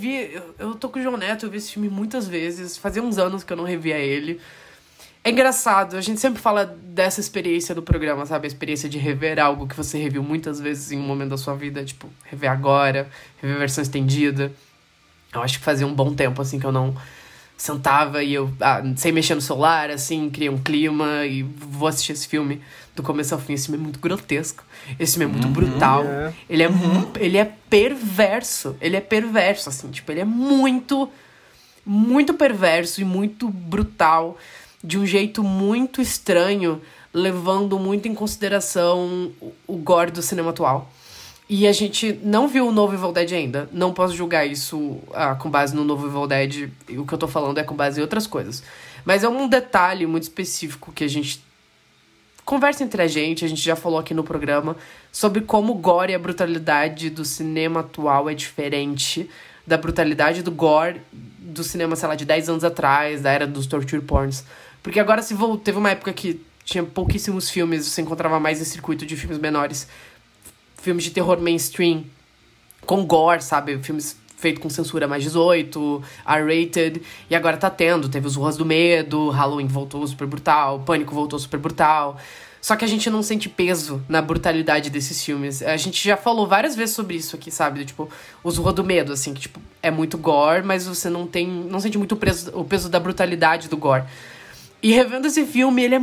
tô com o João Neto, eu vi esse filme muitas vezes. Fazia uns anos que eu não revia ele. É engraçado, a gente sempre fala dessa experiência do programa, sabe? A experiência de rever algo que você reviu muitas vezes em um momento da sua vida. Tipo, rever agora, rever a versão estendida. Eu acho que fazia um bom tempo, assim, que eu não sentava e eu, sem mexer no celular, assim, cria um clima e vou assistir esse filme do começo ao fim. Esse filme é muito grotesco, esse filme é muito brutal, ele é perverso, assim, tipo, ele é muito, muito perverso e muito brutal, de um jeito muito estranho, levando muito em consideração o gore do cinema atual. E a gente não viu o novo Evil Dead ainda. Não posso julgar isso com base no novo Evil Dead. O que eu tô falando é com base em outras coisas. Mas é um detalhe muito específico que a gente conversa entre a gente já falou aqui no programa, sobre como o gore e a brutalidade do cinema atual é diferente da brutalidade do gore do cinema, sei lá, de 10 anos atrás, da era dos torture porns. Porque agora teve uma época que tinha pouquíssimos filmes, você encontrava mais em circuito de filmes menores. Filmes de terror mainstream, com gore, sabe? Filmes feitos com censura mais 18, R-rated. E agora teve os Ruas do Medo, Halloween voltou super brutal, Pânico voltou super brutal. Só que a gente não sente peso na brutalidade desses filmes. A gente já falou várias vezes sobre isso aqui, sabe? Tipo, os Rua do Medo, assim, que tipo, é muito gore, mas você não sente muito o peso da brutalidade do gore. E revendo esse filme, ele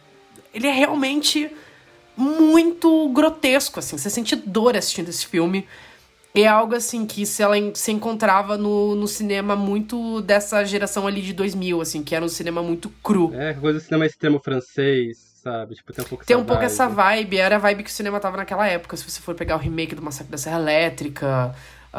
é realmente muito grotesco, assim. Você sente dor assistindo esse filme. E é algo, assim, que se encontrava no cinema muito dessa geração ali de 2000, assim, que era um cinema muito cru. Coisa do cinema extremo francês, sabe? Tipo, tem um pouco essa vibe. Era a vibe que o cinema tava naquela época. Se você for pegar o remake do Massacre da Serra Elétrica,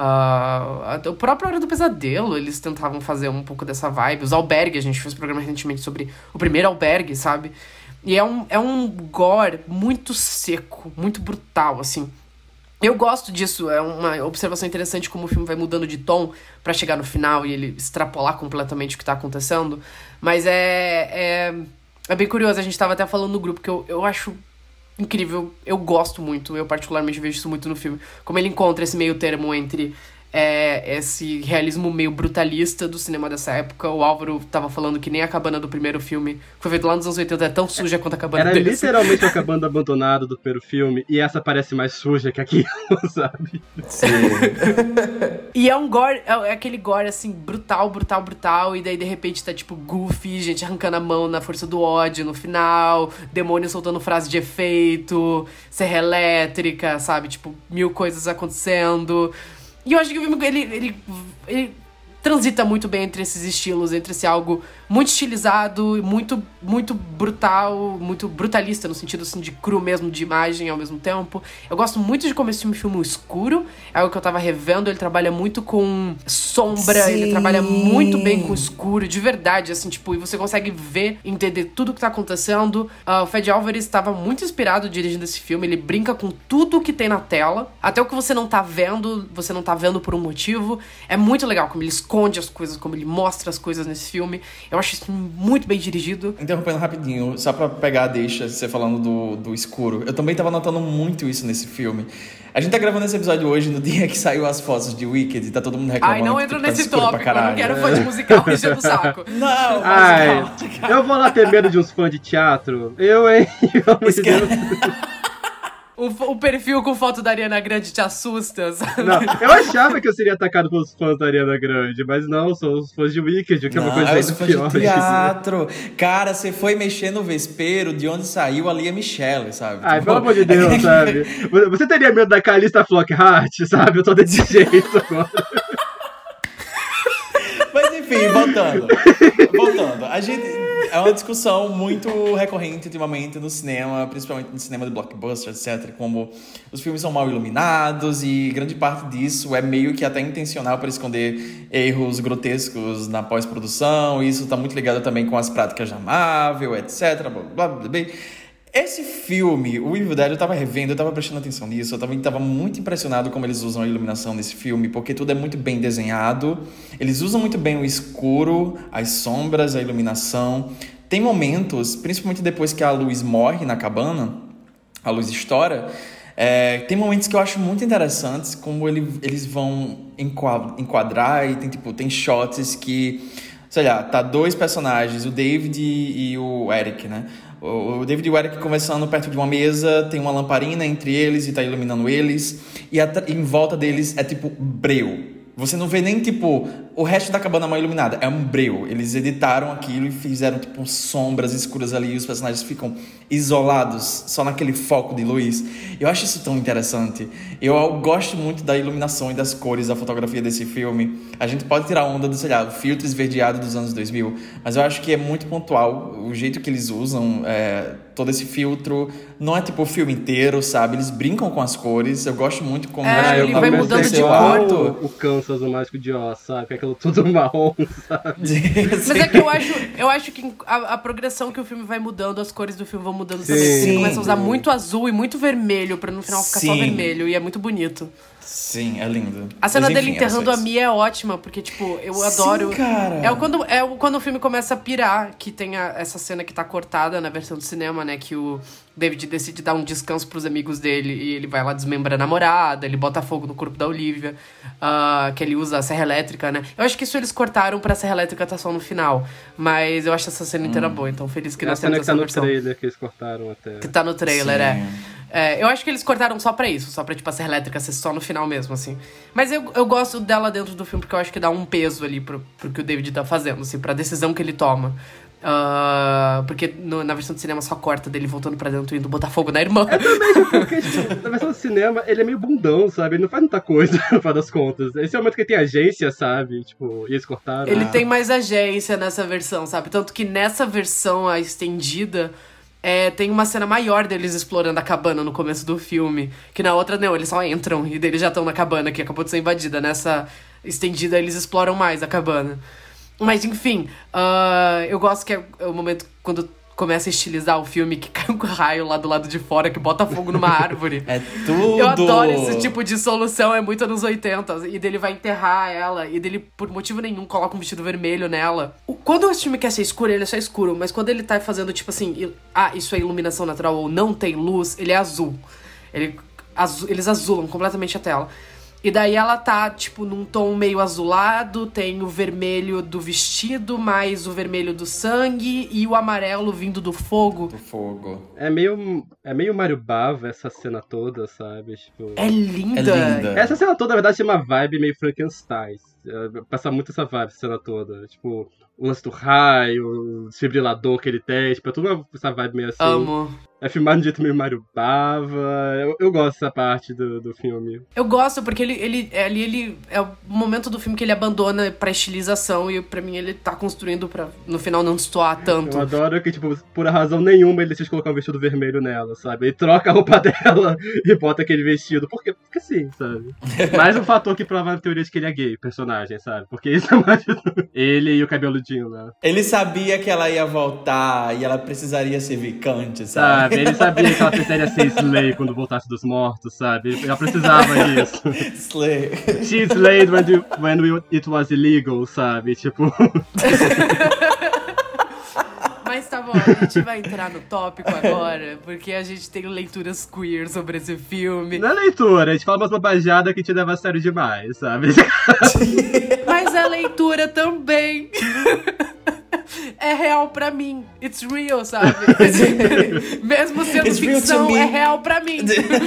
o próprio Hora do Pesadelo, eles tentavam fazer um pouco dessa vibe. Os Albergue, a gente fez um programa recentemente sobre o primeiro Albergue, sabe? E é um gore muito seco, muito brutal, assim. Eu gosto disso, é uma observação interessante como o filme vai mudando de tom pra chegar no final e ele extrapolar completamente o que tá acontecendo. Mas é bem curioso, a gente tava até falando no grupo que eu acho incrível, eu gosto muito, eu particularmente vejo isso muito no filme. Como ele encontra esse meio termo entre esse realismo meio brutalista do cinema dessa época. O Álvaro tava falando que nem a cabana do primeiro filme, que foi feito lá nos anos 80, é tão suja quanto a cabana dele. Era literalmente a cabana abandonada do primeiro filme, e essa parece mais suja que aquilo, sabe? Sim. E é um gore, é aquele gore assim, brutal, e daí de repente tá tipo Goofy, gente arrancando a mão na força do ódio no final, demônio soltando frase de efeito, serra elétrica, sabe? Tipo, 1000 coisas acontecendo. E eu acho que o filme, ele transita muito bem entre esses estilos, entre esse algo muito estilizado, muito, muito brutal, muito brutalista, no sentido assim, de cru mesmo, de imagem ao mesmo tempo. Eu gosto muito de como esse filme escuro, é algo que eu tava revendo, ele trabalha muito com sombra, Sim. Ele trabalha muito bem com escuro, de verdade, assim, tipo, e você consegue ver, entender tudo o que tá acontecendo. O Fede Álvares estava muito inspirado dirigindo esse filme, ele brinca com tudo que tem na tela, até o que você não tá vendo por um motivo. É muito legal como ele esconde as coisas, como ele mostra as coisas nesse filme. Eu acho isso muito bem dirigido. Interrompendo rapidinho, só pra pegar a deixa, você falando do escuro. Eu também tava notando muito isso nesse filme. A gente tá gravando esse episódio hoje no dia que saiu as fotos de Wicked e tá todo mundo reclamando. Ai, não entra que tá nesse escuro tópico, pra eu não caralho. quero fã de musical enchendo o saco. Não, Ai, musical. eu vou lá ter medo de uns fãs de teatro. Eu, hein? Pelo amor de Deus. o perfil com foto da Ariana Grande te assusta, sabe? Não, eu achava que eu seria atacado pelos fãs da Ariana Grande, mas não, são os fãs de Wicked, que é uma coisa ainda pior. De teatro. Cara, você foi mexer no vespeiro de onde saiu a Lia Michele, sabe? Ai, pelo amor de Deus, sabe? Você teria medo da Calista Flockhart, sabe? Eu tô desse jeito agora. Mas enfim, voltando. A gente... É uma discussão muito recorrente ultimamente no cinema, principalmente no cinema de blockbuster, etc. Como os filmes são mal iluminados e grande parte disso é meio que até intencional para esconder erros grotescos na pós-produção. E isso tá muito ligado também com as práticas da Marvel, etc. Blá, blá, blá, blá. Esse filme, o Evil Dead, eu tava revendo, eu tava prestando atenção nisso, eu também tava muito impressionado como eles usam a iluminação nesse filme, porque tudo é muito bem desenhado, eles usam muito bem o escuro, as sombras, a iluminação. Tem momentos, principalmente depois que a luz morre na cabana, a luz estoura, tem momentos que eu acho muito interessantes, como eles vão enquadrar e tem shots que, sei lá, tá dois personagens, o David e o Eric, né? O David e o Eric conversando perto de uma mesa, tem uma lamparina entre eles e tá iluminando eles, e em volta deles é tipo breu. Você não vê nem tipo o resto da cabana mal iluminada, é um breu. Eles editaram aquilo e fizeram tipo sombras escuras ali e os personagens ficam isolados só naquele foco de luz. Eu acho isso tão interessante. Eu gosto muito da iluminação e das cores da fotografia desse filme. A gente pode tirar onda do, sei lá, o filtro esverdeado dos anos 2000, mas eu acho que é muito pontual o jeito que eles usam todo esse filtro. Não é tipo o filme inteiro, sabe? Eles brincam com as cores. Eu gosto muito como ele vai mudando de cor. O Kansas, o Mágico de Oz, sabe? Que é aquilo tudo marrom, sabe? Mas é que eu acho que a progressão que o filme vai mudando, as cores do filme vão mudando também. Ele começa a usar muito azul e muito vermelho pra no final ficar só vermelho. E é muito bonito. Sim, é lindo. A cena dele enterrando a Mia é ótima, porque, tipo, eu adoro. Cara. É quando o filme começa a pirar, que tem essa cena que tá cortada na versão do cinema, né? Que o David decide dar um descanso pros amigos dele e ele vai lá desmembrar a namorada, ele bota fogo no corpo da Olivia, que ele usa a serra elétrica, né? Eu acho que isso eles cortaram pra serra elétrica tá só no final, mas eu acho essa cena inteira boa, então feliz que nós temos essa versão. A cena que tá no trailer, que eles cortaram até. Que tá no trailer, eu acho que eles cortaram só pra isso, só pra, tipo, a serra elétrica ser só no final mesmo, assim. Mas eu gosto dela dentro do filme, porque eu acho que dá um peso ali pro que o David tá fazendo, assim, pra decisão que ele toma. Porque na versão do cinema só corta dele voltando pra dentro e indo botar fogo na irmã. Também, porque tipo, na versão do cinema ele é meio bundão, sabe? Ele não faz muita coisa, no final das contas. Esse é o momento que ele tem agência, sabe? Tipo, e eles cortaram. Ele tem mais agência nessa versão, sabe? Tanto que nessa versão, a estendida, tem uma cena maior deles explorando a cabana no começo do filme. Que na outra, não, eles só entram e eles já estão na cabana, que acabou de ser invadida. Nessa estendida, eles exploram mais a cabana. Mas, enfim, eu gosto que é o momento quando começa a estilizar o filme, que cai um raio lá do lado de fora, que bota fogo numa árvore. É tudo! Eu adoro esse tipo de solução, é muito anos 80. E dele vai enterrar ela, e dele, por motivo nenhum, coloca um vestido vermelho nela. Quando o filme quer ser escuro, ele é só escuro. Mas quando ele tá fazendo, tipo assim, isso é iluminação natural ou não tem luz, ele é azul. Eles azulam completamente a tela. E daí ela tá, tipo, num tom meio azulado, tem o vermelho do vestido, mais o vermelho do sangue e o amarelo vindo do fogo. Do fogo. É meio Mario Bava essa cena toda, sabe? Tipo... É linda. Essa cena toda, na verdade, tem uma vibe meio Frankenstein. Passa muito essa vibe, essa cena toda. Tipo, o lance do raio, o desfibrilador que ele tem, tipo, é tudo essa vibe meio assim. Amo. É filmado de um jeito meio Mario Bava. Eu gosto dessa parte do filme. Eu gosto, porque ele é o momento do filme que ele abandona pra estilização e pra mim ele tá construindo pra no final não destoar tanto. Eu adoro que, tipo, por razão nenhuma ele decide colocar um vestido vermelho nela, sabe? Ele troca a roupa dela e bota aquele vestido. Porque sim, sabe? Mais um fator que prova a teoria de que ele é gay, personagem, sabe? Porque isso é mais... Ele e o cabeludinho, né? Ele sabia que ela ia voltar e ela precisaria ser vicante, sabe? Ele sabia que ela precisaria ser Slay quando voltasse dos mortos, sabe? Ela precisava disso. Slay. She slayed when it was illegal, sabe? Tipo... Mas tá bom, a gente vai entrar no tópico agora, porque a gente tem leituras queer sobre esse filme. Não é leitura, a gente fala umas bobajadas que te leva a sério demais, sabe? Mas a leitura também. é real pra mim. It's real, sabe? Mesmo sendo It's real to ficção, me. é real pra mim.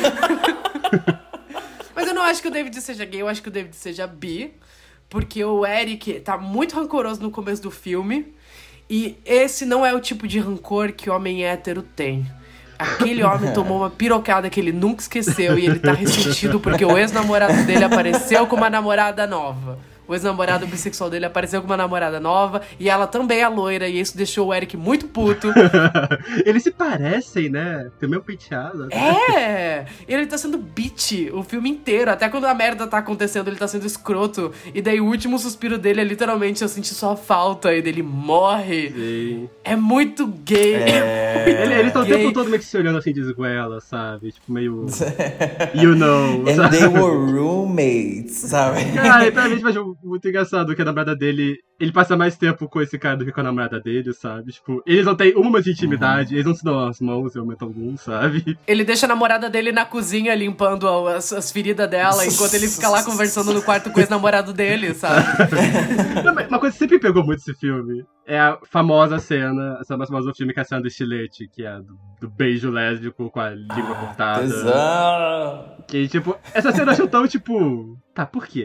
Mas eu não acho que o David seja gay, eu acho que o David seja bi. Porque o Eric tá muito rancoroso no começo do filme. E esse não é o tipo de rancor que homem hétero tem. Aquele homem tomou uma pirocada que ele nunca esqueceu. E ele tá ressentido porque o ex-namorado dele apareceu com uma namorada nova. O ex-namorado bissexual dele apareceu com uma namorada nova. E ela também é loira. E isso deixou o Eric muito puto. Eles se parecem, né? Tem meio penteado. É! Ele tá sendo bitch o filme inteiro. Até quando a merda tá acontecendo, ele tá sendo escroto. E daí o último suspiro dele é literalmente eu senti sua falta. E daí ele morre. Sim. É muito gay. Eles estão o Gay. tempo todo meio que se olhando assim de esguela, sabe? Tipo, meio... You know, And sabe? they were roommates, sabe? Cara, e pra mim, tipo, muito engraçado que a namorada dele... Ele passa mais tempo com esse cara do que com a namorada dele, sabe? Tipo, eles não têm uma momento de intimidade, eles não se dão as mãos em momento algum, sabe? Ele deixa a namorada dele na cozinha limpando as feridas dela, enquanto ele fica lá conversando no quarto com o ex-namorado dele, sabe? Não, mas uma coisa que sempre pegou muito esse filme é a famosa cena, essa mais famosa do filme, que é a cena do estilete, que é do beijo lésbico com a língua cortada. Tesão. Que, tipo, essa cena eu acho tão, tipo... Tá, por quê?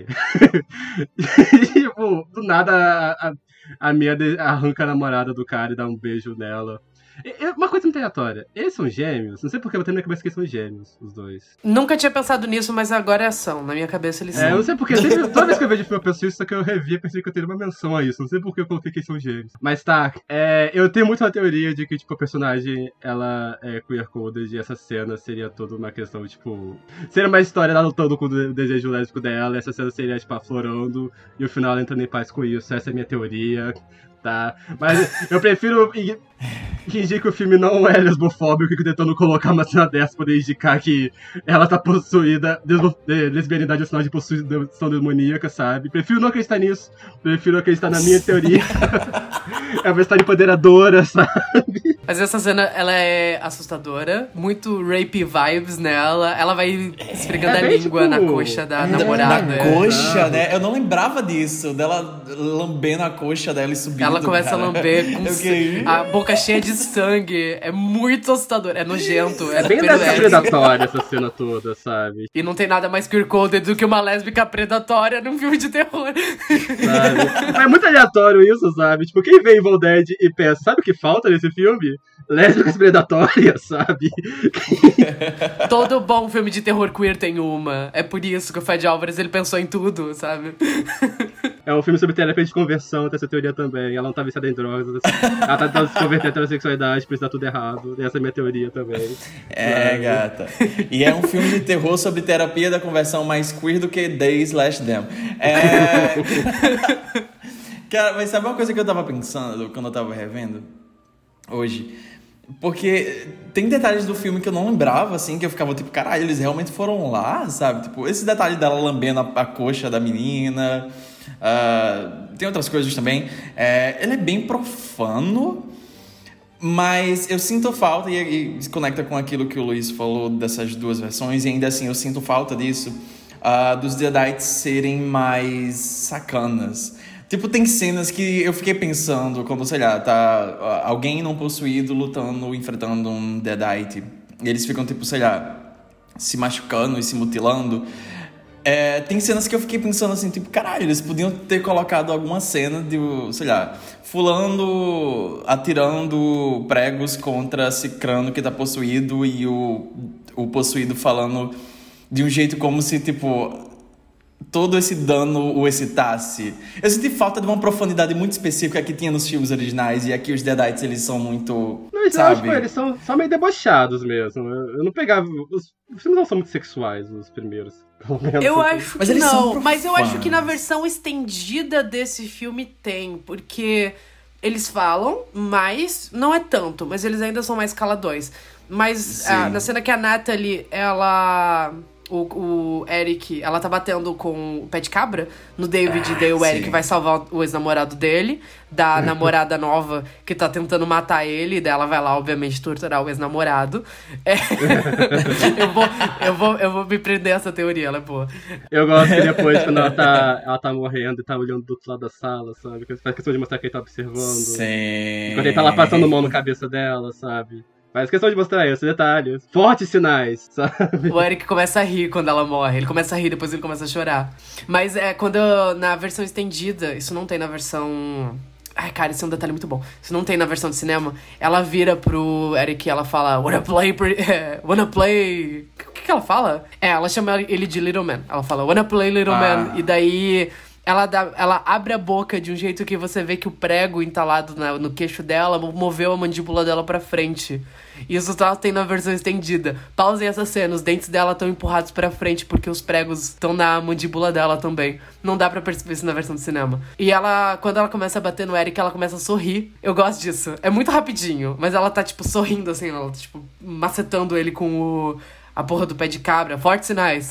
E, tipo, do nada a Mia arranca a namorada do cara e dá um beijo nela. Uma coisa muito aleatória. Eles são gêmeos? Não sei porque eu tenho na minha cabeça que eles são gêmeos, os dois. Nunca tinha pensado nisso, mas agora são. Na minha cabeça eles são. Eu não sei porque. Toda vez que eu vejo filme eu penso isso, só que eu revi e pensei que eu teria uma menção a isso. Não sei porque eu coloquei que eles são gêmeos. Mas tá, eu tenho muito uma teoria de que, tipo, a personagem, ela é queer-coded e essa cena seria toda uma questão, tipo... Seria uma história ela lutando com o desejo lésbico dela, essa cena seria, tipo, aflorando e o final ela entrando em paz com isso. Essa é a minha teoria, tá? Mas eu prefiro... fingir que o filme não é lesbofóbico e que tentando colocar uma cena dessa pra poder indicar que ela tá possuída, lesbianidade é um sinal de possuição demoníaca, sabe? Prefiro não acreditar nisso, prefiro acreditar na minha teoria. É uma história empoderadora, sabe? Mas essa cena, ela é assustadora, muito rape vibes nela, ela vai esfregando a bem, língua tipo, na coxa da namorada. Na coxa, né? Eu não lembrava disso, dela lambendo a coxa dela e subindo. Ela começa cara. a lamber com a boca cheia de sangue. É muito assustador. É nojento. É Bem super lésbica leve. predatória essa cena toda, sabe? E não tem nada mais queer-coded do que uma lésbica predatória num filme de terror. Sabe? Mas é muito aleatório isso, sabe? Tipo, quem vê Evil Dead e pensa, sabe o que falta nesse filme? Lésbicas predatórias, sabe? Todo bom filme de terror queer tem uma. É por isso que o Fed Álvares, ele pensou em tudo, sabe? É um filme sobre terapia de conversão, tem essa teoria também. Ela não tá viciada em drogas, ela tá tentando se converter à heterossexualidade, por isso tá tudo errado. E essa é a minha teoria também. É, gata. E é um filme de terror sobre terapia da conversão mais queer do que they/them. Cara, mas sabe uma coisa que eu tava pensando quando eu tava revendo hoje? Porque tem detalhes do filme que eu não lembrava, assim, que eu ficava tipo, caralho, eles realmente foram lá, sabe? Tipo, esse detalhe dela lambendo a coxa da menina. Tem outras coisas também. Ele é bem profano, mas eu sinto falta, e se conecta com aquilo que o Luiz falou dessas duas versões, e ainda assim eu sinto falta disso, dos Deadites serem mais sacanas. Tipo, tem cenas que eu fiquei pensando quando, sei lá, tá alguém não possuído lutando, enfrentando um Deadite. E eles ficam, tipo, sei lá, se machucando e se mutilando. Tem cenas que eu fiquei pensando assim, tipo, caralho, eles podiam ter colocado alguma cena de, sei lá, fulano atirando pregos contra cicrano que tá possuído e o possuído falando de um jeito como se, tipo... todo esse dano o excitasse. Eu senti falta de uma profundidade muito específica que tinha nos filmes originais, e aqui os Deadites, eles são muito, Mas eu sabe? acho que eles são meio debochados mesmo. Eu não pegava... Os filmes não são muito sexuais, os primeiros. Pelo menos. Eu acho Mas que eles são não, mas eu acho que na profanos. versão estendida desse filme tem, porque eles falam, mas não é tanto, mas eles ainda são mais caladões. Mas Sim. na cena que a Natalie, ela o Eric, ela tá batendo com o pé de cabra no David, e daí o Eric vai salvar o ex-namorado dele, da namorada nova que tá tentando matar ele, e daí ela vai lá, obviamente, torturar o ex-namorado. Eu vou me prender a essa teoria, ela é boa. Eu gosto que depois, quando ela tá morrendo e tá olhando do outro lado da sala, sabe? Que faz questão de mostrar que ele tá observando. Sim. Quando ele tá lá passando mão na cabeça dela, sabe? Faz questão de mostrar esses detalhes. Fortes sinais, sabe? O Eric começa a rir quando ela morre. Ele começa a rir, depois ele começa a chorar. Mas na versão estendida, isso não tem na versão... Ai, cara, esse é um detalhe muito bom. Isso não tem na versão de cinema. Ela vira pro Eric e ela fala... Wanna play... O que ela fala? Ela chama ele de Little Man. Ela fala, wanna play Little Man. E daí... Ela abre a boca de um jeito que você vê que o prego entalado no queixo dela moveu a mandíbula dela pra frente. Isso só tem na versão estendida. Pausem essa cena, os dentes dela estão empurrados pra frente porque os pregos estão na mandíbula dela também. Não dá pra perceber isso na versão do cinema. E quando ela começa a bater no Eric, ela começa a sorrir. Eu gosto disso. É muito rapidinho, mas ela tá, tipo, sorrindo, assim. Ela tá, tipo, macetando ele com a porra do pé de cabra. Fortes sinais.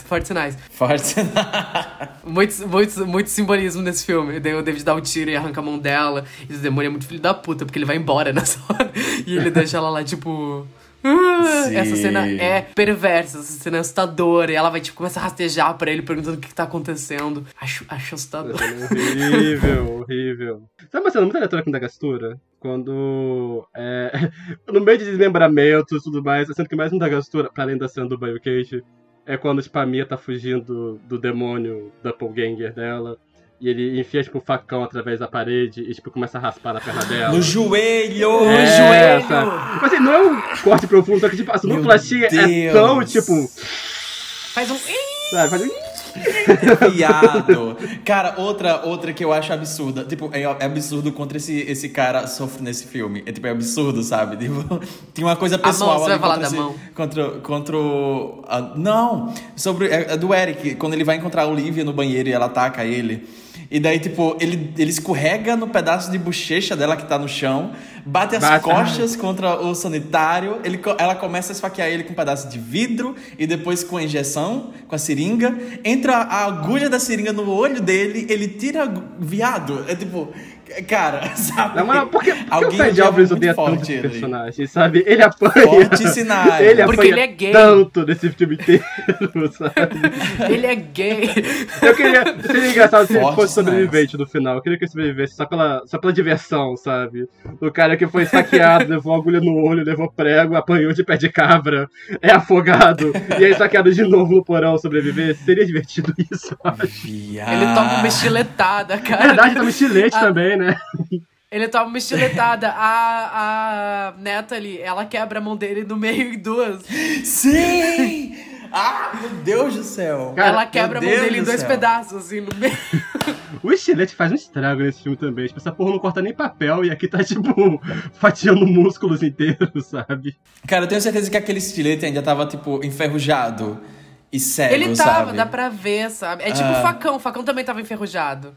Muito simbolismo nesse filme. E daí o David dá um tiro e arranca a mão dela. E o demônio é muito filho da puta, porque ele vai embora nessa hora. E ele deixa ela lá, tipo... Essa cena é perversa, essa cena é assustadora. E ela vai, tipo, começar a rastejar pra ele, perguntando o que tá acontecendo. Acho assustador. Horrível. Sabe uma cena muito aleatória com gastura? Quando, no meio de desmembramentos e tudo mais, a cena que mais me dá gastura, pra além da cena do banho quente, é quando, tipo, a Mia tá fugindo do demônio doppelganger dela. E ele enfia, tipo, o facão através da parede e, tipo, começa a raspar na perna dela. No joelho! Sabe? Tipo assim, não é um corte profundo, só que, tipo, a sonoplastia é tão, tipo... Faz um... Sabe? Faz um... Viado. Cara, outra que eu acho absurda. Tipo, é absurdo contra esse cara sofre nesse filme. É absurdo, sabe? Tipo, tem uma coisa pessoal você ali vai falar da mão. contra não, sobre do Eric, quando ele vai encontrar a Olivia no banheiro e ela ataca ele. E daí, tipo, ele escorrega no pedaço de bochecha dela que tá no chão, bate as costas contra o sanitário, ela começa a esfaquear ele com um pedaço de vidro e depois com a injeção, com a seringa, entra a agulha da seringa no olho dele, ele tira viado. É tipo... Cara, sabe? Não, porque alguém o Fred Alvarez odeia tanto esse personagem, sabe? Ele apanha. Forte sinais. Ele porque apanha ele é gay. Tanto nesse filme inteiro, sabe? Ele é gay. Seria engraçado se ele fosse sinais. sobrevivente no final. Eu queria que ele sobrevivesse só pela diversão, sabe? O cara que foi esfaqueado, levou agulha no olho, levou prego, apanhou de pé de cabra, é afogado, e aí esfaqueado de novo no porão sobreviver. Seria divertido isso, eu acho. Ele toma uma estiletada, cara. Na verdade, toma estilete também, né? Ele toma uma estiletada. A Natalie, ela quebra a mão dele no meio em duas. Sim! Ah, meu Deus do céu. Cara, ela quebra a mão dele em dois pedaços, assim, no meio. O estilete faz um estrago nesse filme também. Tipo, essa porra não corta nem papel e aqui tá, tipo, fatiando músculos inteiros, sabe? Cara, eu tenho certeza que aquele estilete ainda tava, tipo, enferrujado e cego, Ele tava, sabe? dá pra ver, sabe? É tipo o facão também tava enferrujado.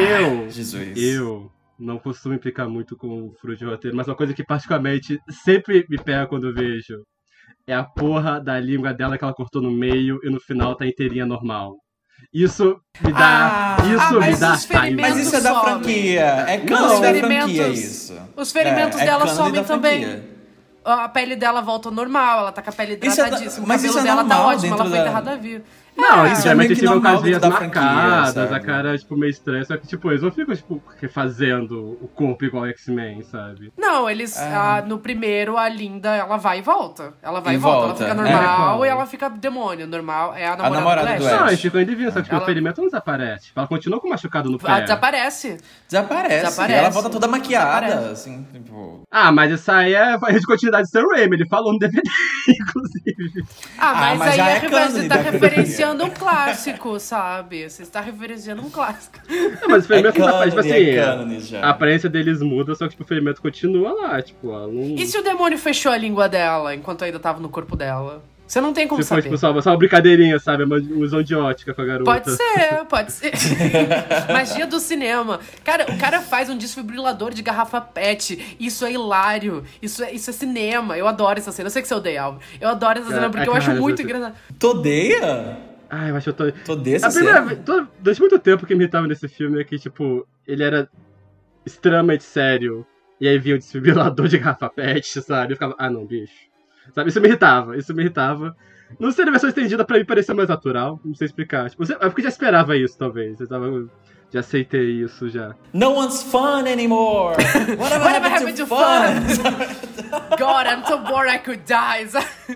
Jesus. Eu não costumo implicar muito com o furo de roteiro, mas uma coisa que particularmente sempre me pega quando eu vejo é a porra da língua dela que ela cortou no meio e no final tá inteirinha normal. Isso me dá. mas os raiva. ferimentos Mas isso é da somem. franquia. É Os cânone da ferimentos- franquia, isso. Os ferimentos É dela cânone somem da também. franquia. A pele dela volta ao normal, ela tá com a pele Isso é da- hidratadíssima. mas o cabelo isso é dela tá normal ótimo, ela dentro foi da- enterrada viva. Não, isso é geralmente meio que eles ficam com normal as veias dentro da franquia, marcadas, a sabe? cara, tipo, meio estranha. Só que, tipo, eles não ficam, tipo, refazendo o corpo igual X-Men, sabe? Não, eles. No primeiro, a Linda, ela vai e volta. Ela vai E e volta. Ela volta. fica normal É. e ela fica demônio. Normal é a namorada, namorada do do Ash. Ash. Não, eles ficam indivíduos, só que tipo, Ela- o ferimento não desaparece. Ela continua com machucado no pé. Ela desaparece. Desaparece. E ela volta toda maquiada, Desaparece. assim, tipo... Ah, mas isso aí é de continuidade de Sam Raimi, ele falou no DVD, inclusive. Mas mas aí já é é cânone você tá da referenciando um clássico, sabe? Você está referenciando um clássico. Não, mas o ferimento não desaparece, tipo assim, cânone já. a aparência deles muda, só que tipo, o ferimento continua lá, tipo, ela não... E se o demônio fechou a língua dela enquanto ainda tava no corpo dela? Você não tem como Se for, saber. tipo, só uma brincadeirinha, sabe? Uma ilusão de ótica com a garota. Pode ser. Magia do cinema. Cara, o cara faz um desfibrilador de garrafa PET. Isso é hilário. Isso é cinema. Eu adoro essa cena. Eu sei que você odeia, Álvaro. Eu adoro essa cena porque eu acho caralho, muito você- engraçado. Tu odeia? Ai, eu acho que eu tô... Tô desse A primeira certo? vez, durante muito tempo que me irritava nesse filme é que, tipo, ele era extremamente sério. E aí vinha o desfibrilador de garrafa pet, sabe? Eu ficava, não, bicho. Sabe? Isso me irritava. Não sei, a versão estendida pra mim parecia mais natural. Não sei explicar. Tipo, é porque eu já esperava isso, talvez. Já aceitei isso, já. No one's fun anymore! Whatever happened to fun? God, I'm so bored I could die.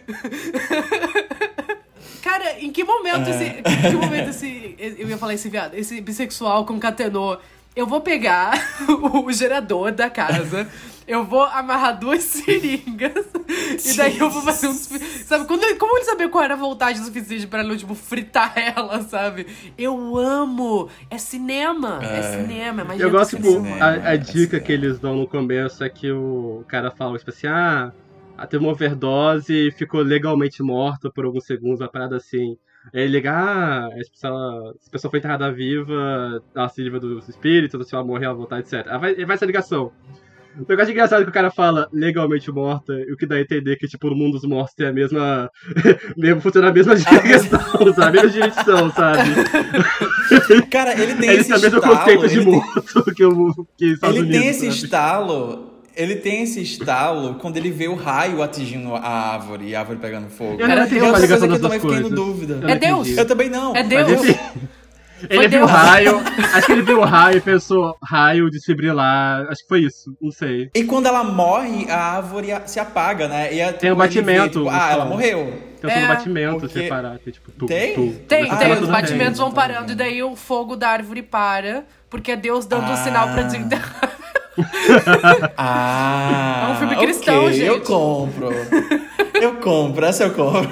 Cara, em que momento esse... Eu ia falar esse viado. Esse bissexual concatenou... Eu vou pegar o gerador da casa, eu vou amarrar 2 seringas, e daí eu vou fazer sabe, como ele sabia qual era a voltagem suficiente pra ele, tipo, fritar ela, sabe? Eu amo! É cinema! Mas eu gosto, tipo, a dica cinema. que eles dão no começo é que o cara fala, tipo assim, teve uma overdose e ficou legalmente morta por alguns segundos, uma parada assim. Aí ele liga, se a pessoa foi enterrada viva, ela se livra dos espíritos, se ela morrer, ela voltar, etc. Aí vai essa ligação. O negócio engraçado é que o cara fala legalmente morta, e o que dá a entender que, tipo, no mundo dos mortos tem a mesma... mesmo funciona a mesma direção, sabe? A mesma direção, sabe? Cara, ele tem Ele esse tem o mesmo estalo... conceito de morto que Estados Ele Unidos, tem esse sabe? estalo... Ele tem esse estalo quando ele vê o raio atingindo a árvore e a árvore pegando fogo. Eu não entendi É a outra ligação coisa que eu das também duas fiquei em coisas. dúvida. É Deus. Eu também não. É Deus. Mas, enfim, ele viu o raio, acho que ele viu o raio e pensou, raio, desfibrilar, acho que foi isso, não sei. E quando ela morre, a árvore se apaga, né? E Tem um ele vê, batimento, tipo, ela ela morreu. Tem um batimento, porque- se reparar, que é tipo... Tem? Tem, Ah, os batimentos vão tem. parando, e daí o fogo da árvore para, porque é Deus dando um sinal pra desenterrar. É um filme cristão, ok, gente. Eu compro, essa eu compro.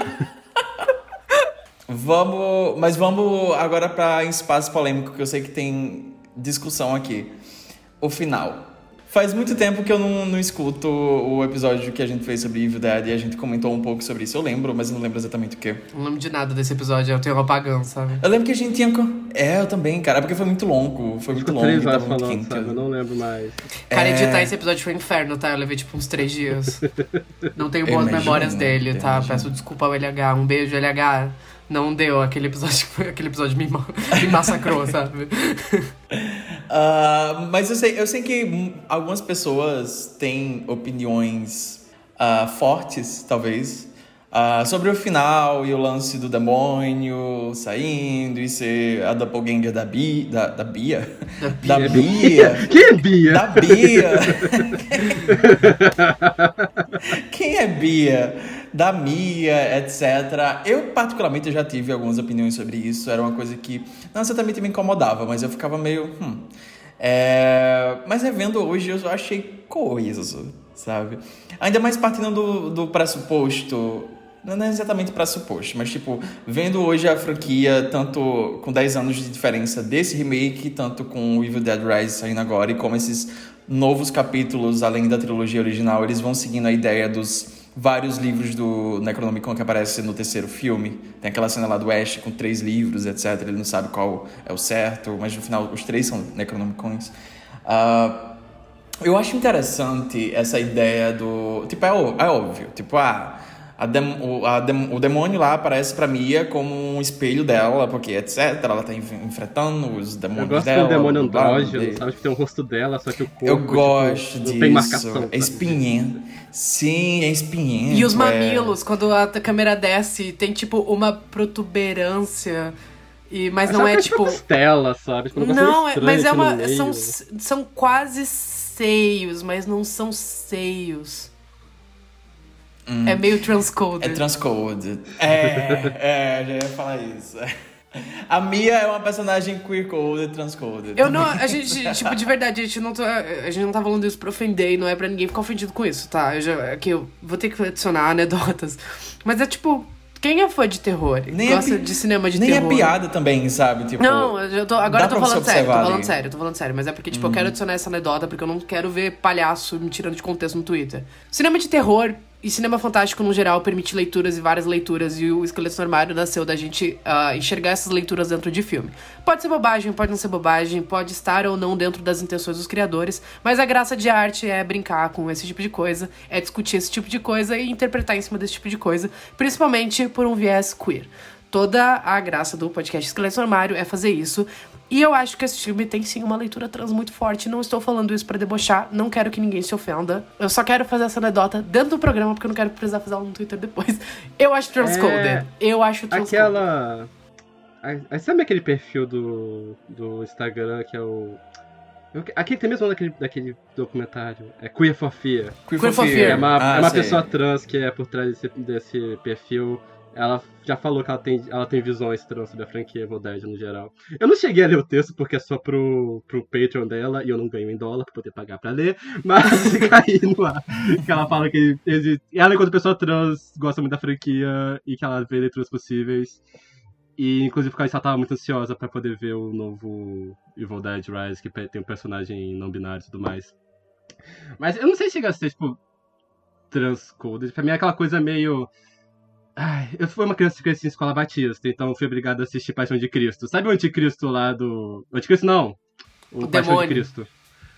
Vamos agora para espaço polêmico, que eu sei que tem discussão aqui. O final. Faz muito tempo que eu não escuto o episódio que a gente fez sobre Evil Dead e a gente comentou um pouco sobre isso. Eu lembro, mas eu não lembro exatamente o quê. Não lembro de nada desse episódio, eu tenho um apagão, sabe? Eu lembro que a gente tinha... eu também, cara, porque foi muito longo. Foi muito Ficou longo 3 e horas tava muito falando, quente. sabe? Eu não lembro mais. Cara, editar esse episódio foi um inferno, tá? Eu levei tipo uns 3 dias. Não tenho boas Imagino, memórias dele, tá? imagino. Peço desculpa ao LH. Um beijo, LH. Não deu, aquele episódio me massacrou, sabe? Mas eu sei que algumas pessoas têm opiniões fortes, talvez, sobre o final e o lance do demônio saindo e ser a doppelganger da Bia. Da Bia? Quem é Bia? Da Bia. Quem é Bia? Da Mia, etc. Eu, particularmente, já tive algumas opiniões sobre isso. Era uma coisa que não exatamente me incomodava, mas eu ficava meio... Mas revendo hoje, eu achei coeso, sabe? Ainda mais partindo do pressuposto... Não é exatamente pressuposto, mas, tipo, vendo hoje a franquia, tanto com 10 anos de diferença desse remake, tanto com o Evil Dead Rise saindo agora, e como esses novos capítulos, além da trilogia original, eles vão seguindo a ideia dos vários livros do Necronomicon que aparecem no terceiro filme. Tem aquela cena lá do Ash com 3 livros, etc. Ele não sabe qual é o certo, mas no final os 3 são Necronomicons. Eu acho interessante essa ideia do... Tipo, é óbvio. Tipo, o demônio lá aparece pra Mia como um espelho dela, porque etc. Ela tá enfrentando os demônios dela. Eu gosto do demônio blá, blá, blá. andrógeno, sabe? Que tem o rosto dela, só que o corpo... Eu gosto tipo, disso. não tem marcação. É espinhento. Sim, é espinhento. E os mamilos, quando a câmera desce, tem tipo uma protuberância. Mas não é tipo. Costela, sabe? Tipo, um negócio Não, estranho mas é aqui no uma. meio. São quase seios, mas não são seios. É meio transcoded. É transcoded. Já ia falar isso. A Mia é uma personagem queer-coded, transcoded. A gente, tipo, de verdade, a gente não tá falando isso pra ofender e não é pra ninguém ficar ofendido com isso, tá? Eu vou ter que adicionar anedotas. Mas é tipo, quem é fã de terror? Gosta de cinema de terror? Nem é piada também, sabe? Tipo, Não, agora eu tô falando sério, observar tô falando sério. Mas é porque, tipo, eu quero adicionar essa anedota porque eu não quero ver palhaço me tirando de contexto no Twitter. Cinema de terror e cinema fantástico, no geral, permite leituras e várias leituras. E o Esqueleto no Armário nasceu da gente enxergar essas leituras dentro de filme. Pode ser bobagem, pode não ser bobagem, pode estar ou não dentro das intenções dos criadores. Mas a graça de arte é brincar com esse tipo de coisa, é discutir esse tipo de coisa e interpretar em cima desse tipo de coisa. Principalmente por um viés queer. Toda a graça do podcast Esqueletos no Armário é fazer isso. E eu acho que esse filme tem sim uma leitura trans muito forte. Não estou falando isso pra debochar, não quero que ninguém se ofenda. Eu só quero fazer essa anedota dentro do programa, porque eu não quero precisar fazer ela no Twitter depois. Eu acho transcoded. Eu acho transcoded. Aquela... Sabe aquele perfil do Instagram que é o... Aqui tem mesmo daquele documentário. É Queer for Fear. Queer for Fear. É uma pessoa trans que é por trás desse perfil. Ela já falou que ela tem visões trans sobre a franquia Evil Dead no geral. Eu não cheguei a ler o texto porque é só pro Patreon dela e eu não ganho em dólar pra poder pagar pra ler, mas fica aí no ar. Que ela fala que ela, enquanto pessoa trans, gosta muito da franquia e que ela vê leituras possíveis. E inclusive ela estava muito ansiosa pra poder ver o novo Evil Dead Rise, que tem um personagem não binário e tudo mais. Mas eu não sei se chega a ser, tipo, transcoded. Pra mim é aquela coisa meio... Ai, eu fui uma criança que cresci em escola batista, então fui obrigado a assistir Paixão de Cristo. Sabe o Anticristo lá do... O Anticristo não! O Paixão demônio. de Cristo.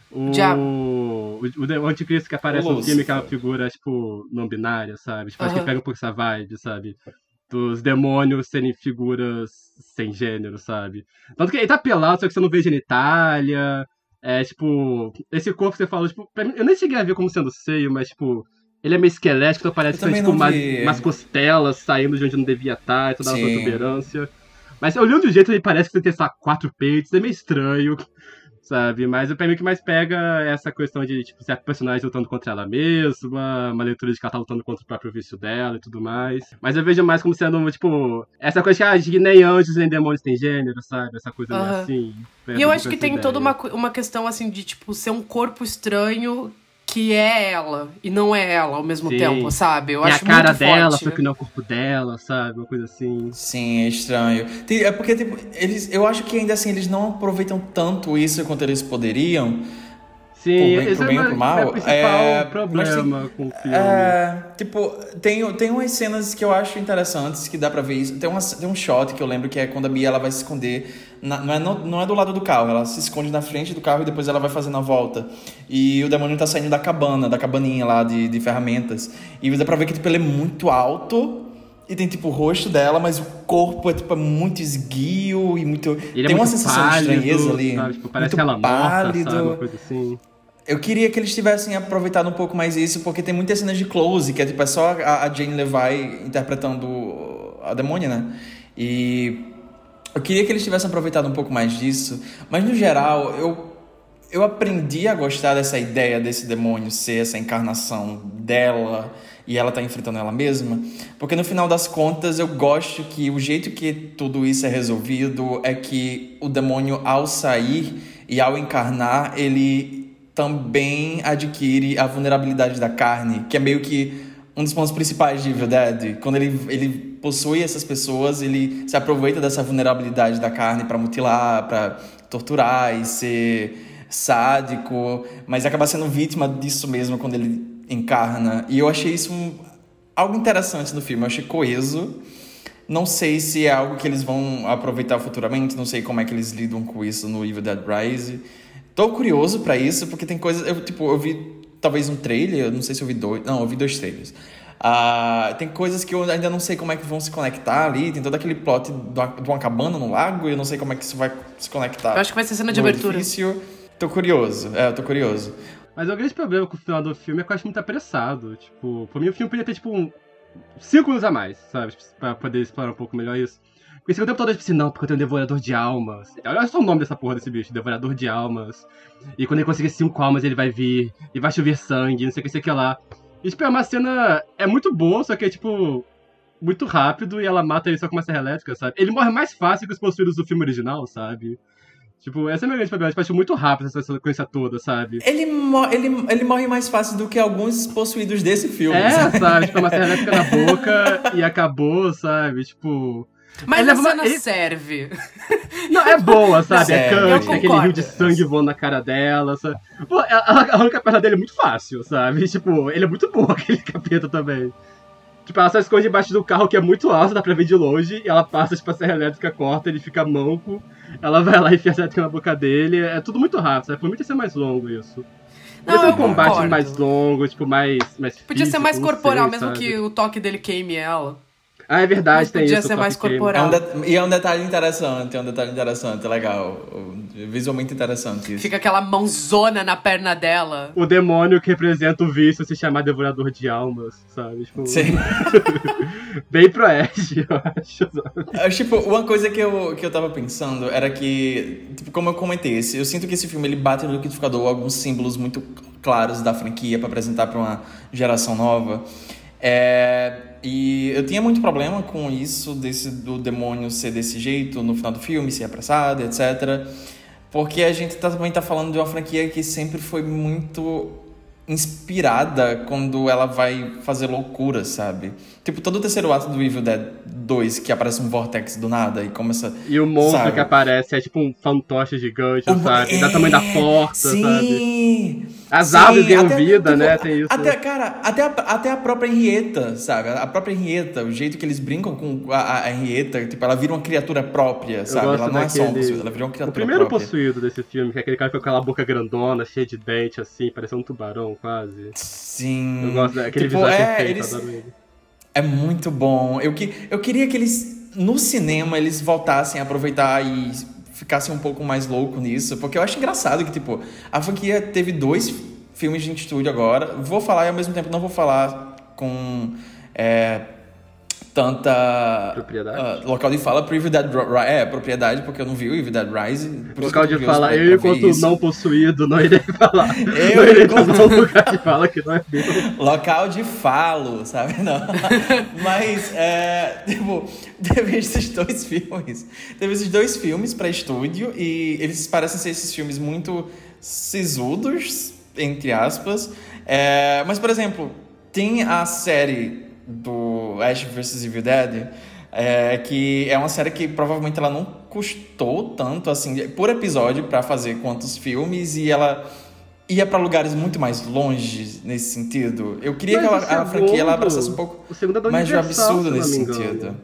Diabo. O Anticristo que aparece no filme, que é uma figura, tipo, não binária, sabe? Tipo, acho que pega um pouco essa vibe, sabe? Dos demônios serem figuras sem gênero, sabe? Tanto que ele tá pelado, só que você não vê genitália. É, tipo... Esse corpo que você fala, tipo... Pra mim, eu nem cheguei a ver como sendo seio, mas, tipo... Ele é meio esquelético, então parece que tem tipo, umas costelas saindo de onde não devia estar, toda a protuberância. Mas olhando do jeito, ele parece que tem, sei lá, 4 peitos, é meio estranho, sabe? Mas pra mim o que mais pega é essa questão de, tipo, se a personagem lutando contra ela mesma, uma leitura de que ela tá lutando contra o próprio vício dela e tudo mais. Mas eu vejo mais como sendo, tipo, essa coisa de que nem anjos nem demônios tem gênero, sabe? Essa coisa meio assim. E eu acho que tem toda uma questão, assim, de, tipo, ser um corpo estranho... que é ela, e não é ela ao mesmo tempo, sabe? Eu acho a cara muito dela, forte. só que não é o corpo dela, sabe? Uma coisa assim. Sim, é estranho. É porque, tipo, eu acho que ainda assim eles não aproveitam tanto isso quanto eles poderiam. Sim, pro bem ou pro mal. É o principal problema com o filme. Tipo, tem umas cenas que eu acho interessantes, que dá pra ver isso. Tem um shot que eu lembro que é quando a Mia ela vai se esconder. Não é do lado do carro, ela se esconde na frente do carro e depois ela vai fazendo a volta. E o demônio tá saindo da cabaninha lá de ferramentas. E dá pra ver que tipo, ele é muito alto. E tem, tipo, o rosto dela, mas o corpo é, tipo, muito esguio e muito... Ele tem uma muito sensação pálido, de estranheza ali. Sabe? Tipo, parece muito ela pálido. morta, sabe? Uma coisa assim. Eu queria que eles tivessem aproveitado um pouco mais isso, porque tem muitas cenas de close, que é, tipo, é só a Jane Levi interpretando a demônia, né? E eu queria que eles tivessem aproveitado um pouco mais disso. Mas, no geral, eu aprendi a gostar dessa ideia desse demônio ser essa encarnação dela... e ela tá enfrentando ela mesma, porque no final das contas eu gosto que o jeito que tudo isso é resolvido é que o demônio, ao sair e ao encarnar, ele também adquire a vulnerabilidade da carne, que é meio que um dos pontos principais de Evil Dead. Quando ele possui essas pessoas, ele se aproveita dessa vulnerabilidade da carne para mutilar, para torturar e ser sádico, mas acaba sendo vítima disso mesmo quando ele encarna. E eu achei isso algo interessante no filme. Eu achei coeso. Não sei se é algo que eles vão aproveitar futuramente. Não sei como é que eles lidam com isso no Evil Dead Rise. Tô curioso pra isso, porque tem coisas... Eu vi talvez um trailer. Eu não sei se eu vi dois... Não, eu vi 2 trailers. Tem coisas que eu ainda não sei como é que vão se conectar ali. Tem todo aquele plot de uma cabana no lago. E eu não sei como é que isso vai se conectar. Eu acho que vai ser cena de abertura. Edifício. Tô curioso. Eu tô curioso. Mas o grande problema com o final do filme é que eu acho muito apressado. Tipo, pra mim o filme podia ter, tipo, 5 anos a mais, sabe? Pra poder explorar um pouco melhor isso. Porque se o tempo todo eu tipo assim, não, porque eu tenho um devorador de almas. Olha só o nome dessa porra desse bicho, devorador de almas. E quando ele conseguir 5 almas, ele vai vir, e vai chover sangue, não sei o que lá. E, tipo, é uma cena... É muito boa, só que é, tipo... muito rápido, e ela mata ele só com uma serra elétrica, sabe? Ele morre mais fácil que os possuídos do filme original, sabe? Tipo, esse é o meu grande problema. Tipo, acho muito rápido essa sequência toda, sabe? Ele morre mais fácil do que alguns possuídos desse filme. Sabe? Tipo, uma serra elétrica na boca e acabou, sabe? Tipo... Mas a cena serve. Não, é boa, sabe? É cante, tem aquele rio de sangue voando na cara dela, sabe? Pô, a única perna dele é muito fácil, sabe? Tipo, ele é muito bom, aquele capeta também. Tipo, ela só esconde embaixo do carro que é muito alto, dá pra ver de longe, e ela passa, tipo, a serra elétrica corta, ele fica manco, ela vai lá e enfia a serra elétrica na boca dele, é tudo muito rápido, sabe? Podia ser mais longo isso. Podia ser um combate mais longo, tipo, mais Podia ser mais não corporal, sei, mesmo sabe? que o toque dele queime ela. Ah, é verdade, Mas tem podia isso. ser o mais Top Game. corporal. E é um detalhe interessante, legal. Visualmente interessante isso. Fica aquela mãozona na perna dela. O demônio que representa o vício se chamar Devorador de Almas, sabe? Tipo, Sim. bem pro Ash, eu acho. Tipo, uma coisa que eu tava pensando era que, tipo, como eu comentei, eu sinto que esse filme ele bate no liquidificador alguns símbolos muito claros da franquia pra apresentar pra uma geração nova. E eu tinha muito problema com isso, do demônio ser desse jeito no final do filme, ser apressado, etc. Porque a gente também tá falando de uma franquia que sempre foi muito inspirada quando ela vai fazer loucura, sabe? Tipo, todo o terceiro ato do Evil Dead 2, que aparece um vortex do nada e começa... E o monstro sabe? que aparece é tipo um fantoche gigante, sabe? Da tamanho da porta, sim, sabe? As árvores ganham vida, tipo, né? Tem isso. Até a própria Henrietta, sabe? A própria Henrietta, o jeito que eles brincam com a Henrietta, tipo, ela vira uma criatura própria, sabe? Ela não é só um possuído, ela vira uma criatura O primeiro própria. possuído desse filme, que é aquele cara que fica com aquela boca grandona, cheia de dente, assim, parecendo um tubarão, quase. Sim. Eu gosto daquele tipo, visual perfeito, adoro ele. É muito bom. Eu queria que eles, no cinema, eles voltassem a aproveitar e ficassem um pouco mais louco nisso, porque eu acho engraçado que, tipo, a franquia teve 2 filmes de estúdio agora. Vou falar e ao mesmo tempo não vou falar com tanta... Propriedade? Local de fala pro Evil Dead propriedade, porque eu não vi o Evil Dead Rise. Local de fala, eu enquanto não possuído não irei falar. Eu não irei enquanto- falar um lugar de fala que não é meu. Local de falo, sabe? Não. Mas, tipo, teve esses 2 filmes. Teve esses 2 filmes pra estúdio e eles parecem ser esses filmes muito sisudos, entre aspas. Mas, por exemplo, tem a série do Ash vs Evil Dead, que é uma série que provavelmente ela não custou tanto, assim, por episódio pra fazer quantos filmes, e ela ia pra lugares muito mais longe nesse sentido. Eu queria Mas que a franquia ela abraçasse um pouco o segundo é da mais de Universal, absurdo se eu nesse não me sentido. engano.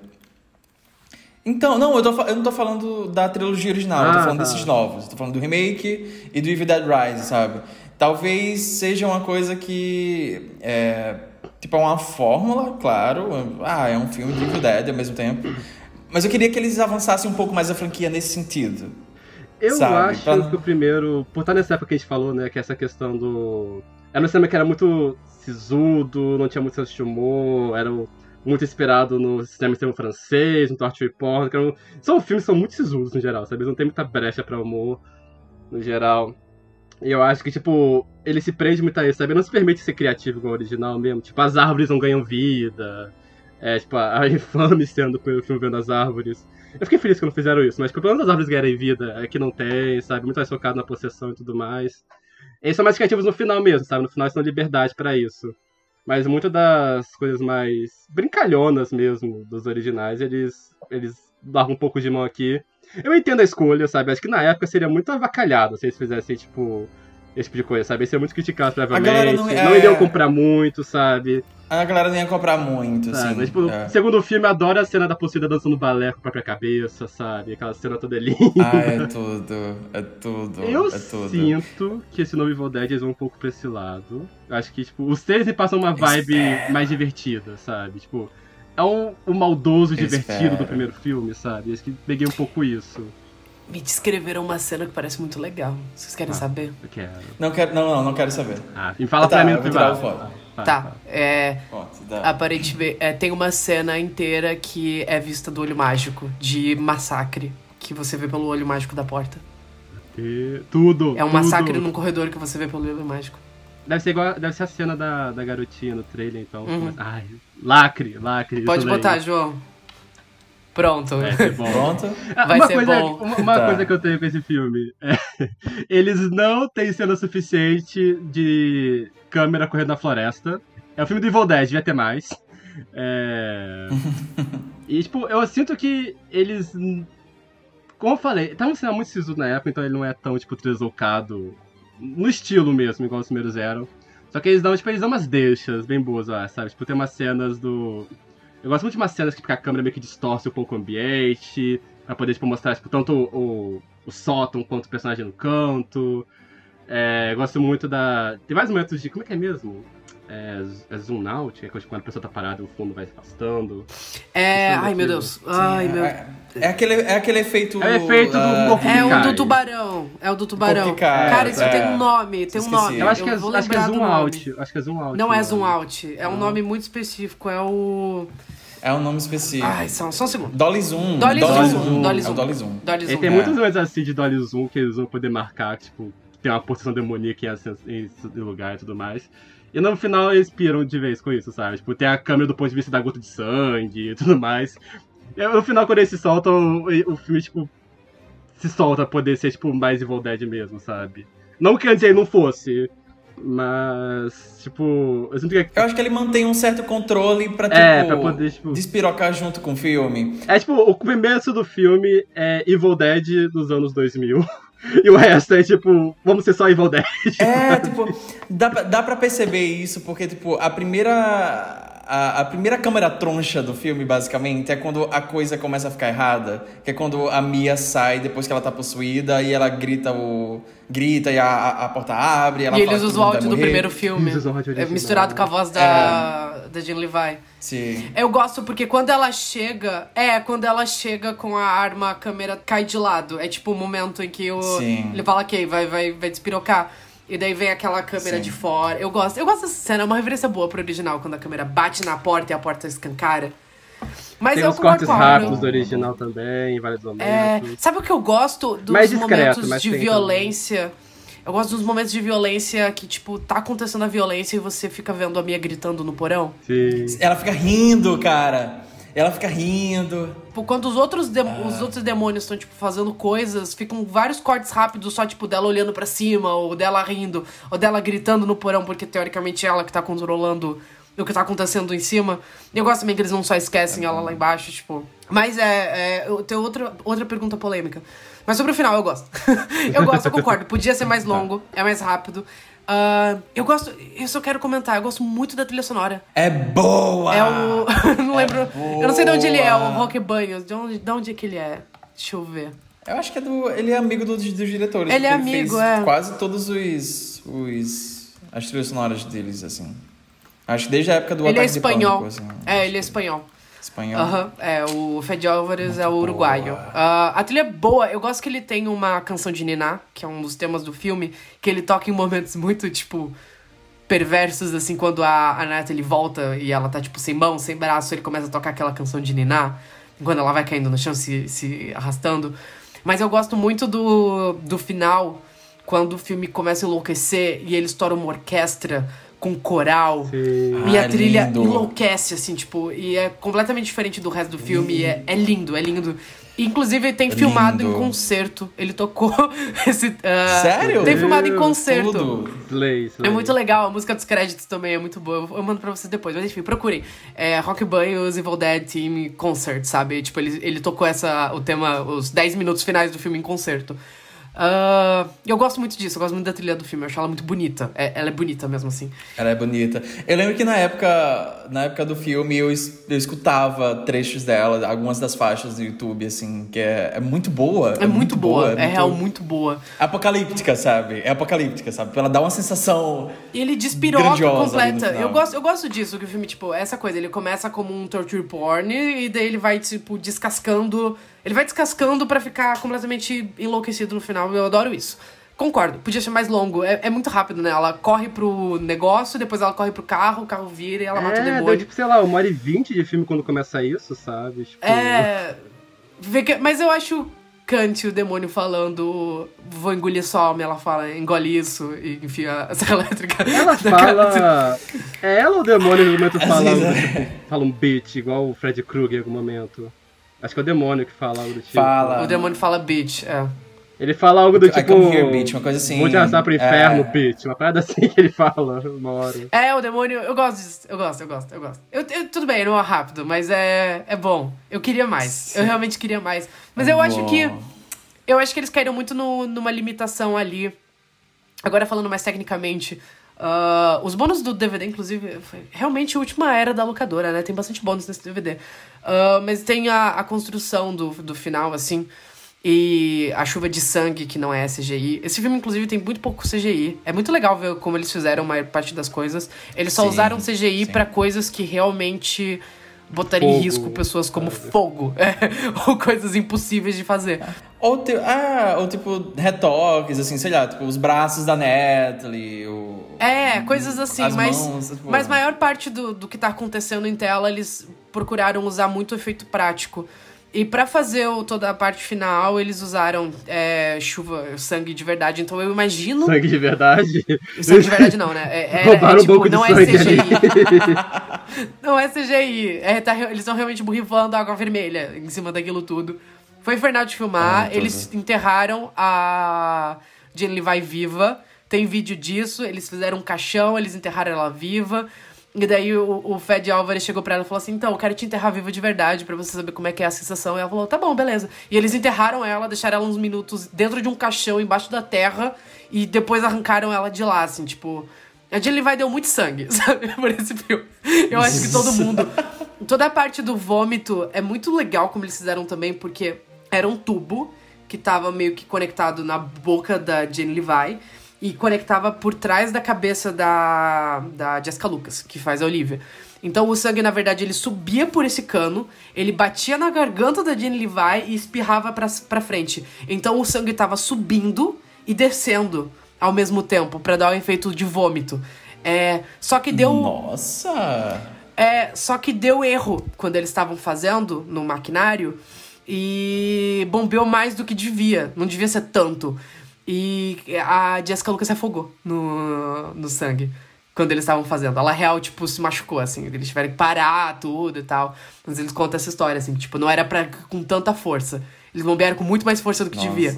Então, não, eu não tô falando da trilogia original, eu tô falando tá. desses novos. Eu tô falando do remake e do Evil Dead Rise, sabe? Talvez seja uma coisa que tipo, é uma fórmula, claro. É um filme de Evil Dead ao mesmo tempo. Mas eu queria que eles avançassem um pouco mais a franquia nesse sentido. Eu sabe? acho que o primeiro, por estar nessa época que a gente falou, né, que é essa questão do... Era um cinema que era muito sisudo, não tinha muito senso de humor, era muito inspirado no cinema francês, no torture porn, que são filmes que são muito sisudos no geral, sabe? Eles não tem muita brecha pra humor, no geral. E eu acho que, tipo, ele se prende muito a isso, sabe? Ele não se permite ser criativo igual o original mesmo. Tipo, as árvores não ganham vida. Tipo, a infame sendo com o filme vendo as árvores. Eu fiquei feliz que não fizeram isso, mas pelo menos as árvores ganharem vida, aqui não tem, sabe? Muito mais focado na possessão e tudo mais. Eles são mais criativos no final mesmo, sabe? No final eles dão liberdade pra isso. Mas muitas das coisas mais brincalhonas mesmo dos originais, eles largam um pouco de mão aqui. Eu entendo a escolha, sabe? Acho que na época seria muito avacalhado se eles fizessem, tipo, esse tipo de coisa, sabe? Eles seriam muito criticados, provavelmente. Não iriam comprar muito, sabe? A galera não ia comprar muito, Sabe? assim. Mas, tipo, segundo o filme, adoro a cena da Possuída dançando balé com a própria cabeça, sabe? Aquela cena toda linda. É tudo. Eu é tudo. sinto que esse novo Evil Dead eles vão um pouco pra esse lado. Acho que, tipo, os três me passam uma vibe mais divertida, sabe? Tipo, é um maldoso divertido do primeiro filme, sabe? Acho que peguei um pouco isso. Me descreveram uma cena que parece muito legal. Vocês querem saber? Eu quero. Não quero saber. Me fala pra mim no eu vou tirar privado. o foto. Tá, Tá. aparentemente tem uma cena inteira que é vista do olho mágico, de massacre, que você vê pelo olho mágico da porta. Tudo. É um massacre num corredor que você vê pelo olho mágico. Deve ser a cena da garotinha no trailer, então. Ai, lacre. Pode botar, João. Pronto. Vai ser bom. Pronto? Vai ser bom. Uma coisa que eu tenho com esse filme eles não têm cena suficiente de câmera correndo na floresta. É o filme do Evil Dead, devia ter mais. E, tipo, eu sinto que eles... Como eu falei, tá um cinema muito sisudo na época, então ele não é tão, tipo, tresocado no estilo mesmo, igual os primeiros eram. Só que eles dão umas deixas bem boas lá, sabe? Tipo, tem umas cenas do... Eu gosto muito de umas cenas que a câmera meio que distorce um pouco o ambiente, pra poder, tipo, mostrar, tipo, tanto o sótão quanto o personagem no canto. Eu gosto muito da... Tem vários momentos de... Como é que é mesmo? É zoom out, que é quando a pessoa tá parada e o fundo vai se afastando. Ai, meu Deus. Ai, meu... É aquele efeito... É o efeito do corpo que É o cai. do tubarão. É o do tubarão. Corpo que cai, Cara, isso tem um nome. Esqueci. Eu acho que é vou zoom lembrar do nome. out. Acho que é zoom out. Não é zoom out. É um nome muito específico. É o... É um nome específico. Ai, só um segundo. Dolly Zoom. Dolly Zoom. É Dolly o Zoom. Dolly Zoom. Dolly E Zoom. tem muitos momentos assim de Dolly Zoom que eles vão poder marcar, tipo, tem uma posição demoníaca em lugar e tudo mais. E no final eles piram de vez com isso, sabe? Tipo, tem a câmera do ponto de vista da gota de sangue e tudo mais. E no final, quando eles se soltam, o filme, tipo, se solta pra poder ser, tipo, mais Evil Dead mesmo, sabe? Não que antes ele não fosse, mas, tipo... Eu acho que ele mantém um certo controle pra, tipo, pra poder, tipo... despirocar junto com o filme. É, tipo, o começo do filme é Evil Dead dos anos 2000. E o resto é, tipo, vamos ser só Evil Dead. É, tipo, dá pra perceber isso, porque, tipo, a primeira câmera troncha do filme, basicamente, é quando a coisa começa a ficar errada. Que é quando a Mia sai depois que ela tá possuída e ela grita e a porta abre. Ela E fala eles que usam o todo mundo vai áudio do morrer. primeiro filme. Eles usam o áudio original. Misturado com a voz da Jean Levi. Sim. Eu gosto porque quando ela chega... quando ela chega com a arma, a câmera cai de lado. É tipo o momento em que Sim. ele fala, ok, vai despirocar. E daí vem aquela câmera Sim. de fora. Eu gosto dessa cena, é uma referência boa pro original, quando a câmera bate na porta e a porta escancara. Mas Tem eu os cortes concordo. rápidos do original também, em vários momentos. Sabe o que eu gosto dos Mais discreto, momentos mas de tem violência? Eu gosto dos momentos de violência que, tipo, tá acontecendo a violência e você fica vendo a Mia gritando no porão. Sim. Ela fica rindo, cara. Ela fica rindo. Tipo, quando os outros demônios estão, tipo, fazendo coisas, ficam vários cortes rápidos só, tipo, dela olhando pra cima, ou dela rindo, ou dela gritando no porão, porque teoricamente é ela que tá controlando o que tá acontecendo em cima. E eu gosto também que eles não só esquecem ela lá embaixo, tipo... Mas eu tenho outra pergunta polêmica. Mas sobre o final, eu gosto. Eu concordo. Podia ser mais longo, é mais rápido. Eu gosto... Isso eu quero comentar. Eu gosto muito da trilha sonora. É boa! É o... não lembro... boa. Eu não sei de onde ele é, o Roque Banhos. De onde é que ele é? Deixa eu ver. Eu acho que ele é amigo dos diretores. Ele é porque amigo, fez é. quase todos as trilhas sonoras deles, assim. Acho que desde a época do Ele é Ataque de espanhol. Pânico, assim. Ele é espanhol. Espanhol. Aham, o Fede Álvares é o uruguaio. A trilha é boa, eu gosto que ele tem uma canção de Niná, que é um dos temas do filme, que ele toca em momentos muito, tipo, perversos, assim, quando a Natalie volta e ela tá, tipo, sem mão, sem braço, ele começa a tocar aquela canção de Niná, quando ela vai caindo no chão, se arrastando. Mas eu gosto muito do final, quando o filme começa a enlouquecer e ele estoura uma orquestra com coral. Sim. E a trilha lindo. enlouquece, assim, tipo... E é completamente diferente do resto do filme. E é lindo, é lindo. Inclusive, tem filmado lindo. em concerto. Ele tocou esse... Sério? Tem filmado em concerto. Tudo. Slay. É muito legal, a música dos créditos também é muito boa. Eu mando pra vocês depois, mas enfim, procurem. Rock Banhos, Evil Dead Team Concert, sabe? Tipo, ele tocou o tema, os 10 minutos finais do filme em concerto. Eu gosto muito disso, eu gosto muito da trilha do filme, eu acho ela muito bonita. Ela é bonita mesmo, assim. Ela é bonita. Eu lembro que na época do filme eu escutava trechos dela, algumas das faixas do YouTube, assim, que é muito boa. É muito boa, é real muito muito boa. apocalíptica, sabe? Ela dá uma sensação... E ele despiroca grandiosa ali no completa. final. Eu gosto disso, que o filme, tipo, essa coisa, ele começa como um torture porn e daí ele vai, tipo, descascando. Ele vai descascando pra ficar completamente enlouquecido no final. Eu adoro isso. Concordo, podia ser mais longo. É muito rápido, né? Ela corre pro negócio, depois ela corre pro carro, o carro vira e ela mata o Deu, demônio. tipo, sei lá, 1h20 de filme quando começa isso, sabe? Tipo... Mas eu acho Kant, o demônio, falando vou engolir sua alma, ela fala, engole isso e enfia a serra elétrica. Ela fala... É ela ou o demônio no momento falando, sim. tipo, fala um bitch, igual o Fred Krueger em algum momento? Acho que é o demônio que fala algo do tipo. Fala. O demônio fala bitch, Ele fala algo do I tipo... come here, bitch, uma coisa assim. Vou te arrastar pro inferno, bitch. Uma parada assim que ele fala uma hora. O demônio, eu gosto disso. Eu gosto. Tudo bem, não é rápido, mas é bom. Eu queria mais. Eu realmente queria mais. Mas eu acho que eles caíram muito numa limitação ali. Agora falando mais tecnicamente, os bônus do DVD, inclusive, foi realmente a última era da locadora, né? Tem bastante bônus nesse DVD. Mas tem a construção do final, assim. E a chuva de sangue, que não é CGI. Esse filme, inclusive, tem muito pouco CGI. É muito legal ver como eles fizeram a maior parte das coisas. Eles só usaram CGI pra coisas que realmente botaria em risco pessoas como fogo. Ou coisas impossíveis de fazer. Ou tipo, retoques, assim, sei lá, tipo, os braços da Natalie, coisas assim, as mas, mãos, tipo... mas maior parte do que tá acontecendo em tela, eles procuraram usar muito efeito prático. E pra fazer toda a parte final, eles usaram sangue de verdade. Então eu imagino... Sangue de verdade? Sangue de verdade não, né? Roubaram um pouco de não sangue é CGI. Não é CGI. Eles estão realmente borrifando água vermelha em cima daquilo tudo. Foi infernal de filmar. Eles enterraram a Jane Levi viva. Tem vídeo disso. Eles fizeram um caixão, eles enterraram ela viva. E daí o Fede Álvares chegou pra ela e falou assim, então, eu quero te enterrar viva de verdade pra você saber como é que é a sensação. E ela falou, tá bom, beleza. E eles enterraram ela, deixaram ela uns minutos dentro de um caixão, embaixo da terra, e depois arrancaram ela de lá, assim, tipo... A Jane Levi deu muito sangue, sabe, por esse filme. Eu acho que todo mundo... Toda a parte do vômito é muito legal como eles fizeram também, porque era um tubo que tava meio que conectado na boca da Jane Levi, e conectava por trás da cabeça da Jessica Lucas, que faz a Olivia. Então o sangue, na verdade, ele subia por esse cano, ele batia na garganta da Jane Levi e espirrava pra frente. Então o sangue tava subindo e descendo ao mesmo tempo, pra dar o efeito de vômito. Só que deu... Nossa! Só que deu erro quando eles estavam fazendo no maquinário e bombeou mais do que devia. Não devia ser tanto. E a Jessica Lucas se afogou no sangue quando eles estavam fazendo. Ela real, tipo, se machucou, assim. Eles tiveram que parar tudo e tal. Mas eles contam essa história, assim. Tipo, não era com tanta força. Eles bombearam com muito mais força do que devia.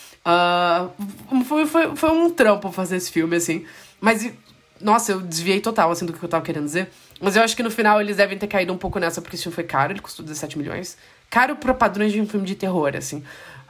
Foi um trampo fazer esse filme, assim. Mas, nossa, eu desviei total, assim, do que eu tava querendo dizer. Mas eu acho que no final eles devem ter caído um pouco nessa, porque esse filme foi caro. Ele custou 17 milhões. Caro pra padrões de um filme de terror, assim.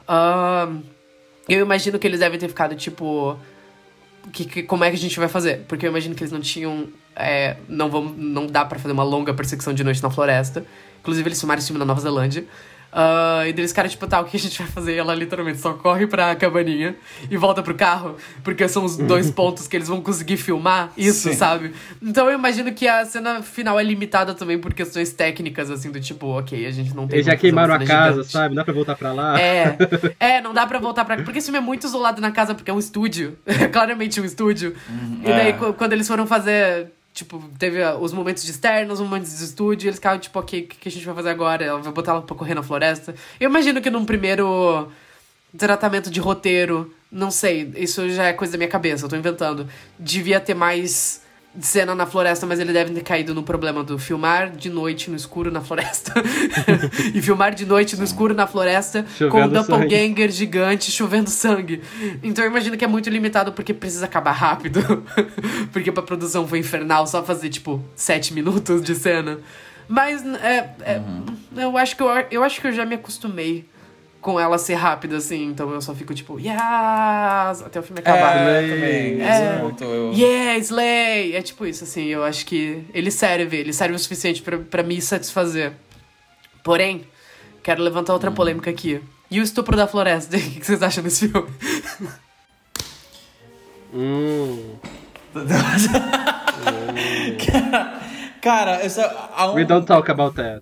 Eu imagino que eles devem ter ficado, tipo... como é que a gente vai fazer? Porque eu imagino que eles não tinham... não dá pra fazer uma longa perseguição de noite na floresta. Inclusive, eles filmaram esse filme na Nova Zelândia. E deles, cara, tipo, o que a gente vai fazer? E ela literalmente só corre pra cabaninha e volta pro carro. Porque são os 2 pontos que eles vão conseguir filmar isso, Sim. sabe? Então eu imagino que a cena final é limitada também por questões técnicas, assim, do tipo, ok, a gente não tem... Eles já queimaram a casa, sabe? Não dá pra voltar pra lá. Não dá pra voltar pra... Porque esse filme é muito isolado na casa, porque é um estúdio. É claramente um estúdio. E daí, quando eles foram fazer... Tipo, teve os momentos de externo, os momentos de estúdio, e eles ficaram, tipo, ok, o que a gente vai fazer agora? Ela vai botar ela pra correr na floresta? Eu imagino que num primeiro tratamento de roteiro, não sei, isso já é coisa da minha cabeça, eu tô inventando. Devia ter mais cena na floresta, mas ele deve ter caído no problema do filmar de noite no escuro na floresta. E filmar de noite no escuro na floresta chovendo com um doppelganger gigante chovendo sangue. Então eu imagino que é muito limitado porque precisa acabar rápido. Porque pra produção foi infernal só fazer, tipo, 7 minutos de cena. Mas eu acho que eu já me acostumei com ela ser rápida, assim. Então eu só fico, tipo, yes! Até o filme acabar. Também. Yeah, Slay! É tipo isso, assim. Eu acho que ele serve o suficiente pra me satisfazer. Porém, quero levantar outra polêmica aqui. E o estupro da floresta? O que vocês acham desse filme? Cara, eu só... We don't talk about that.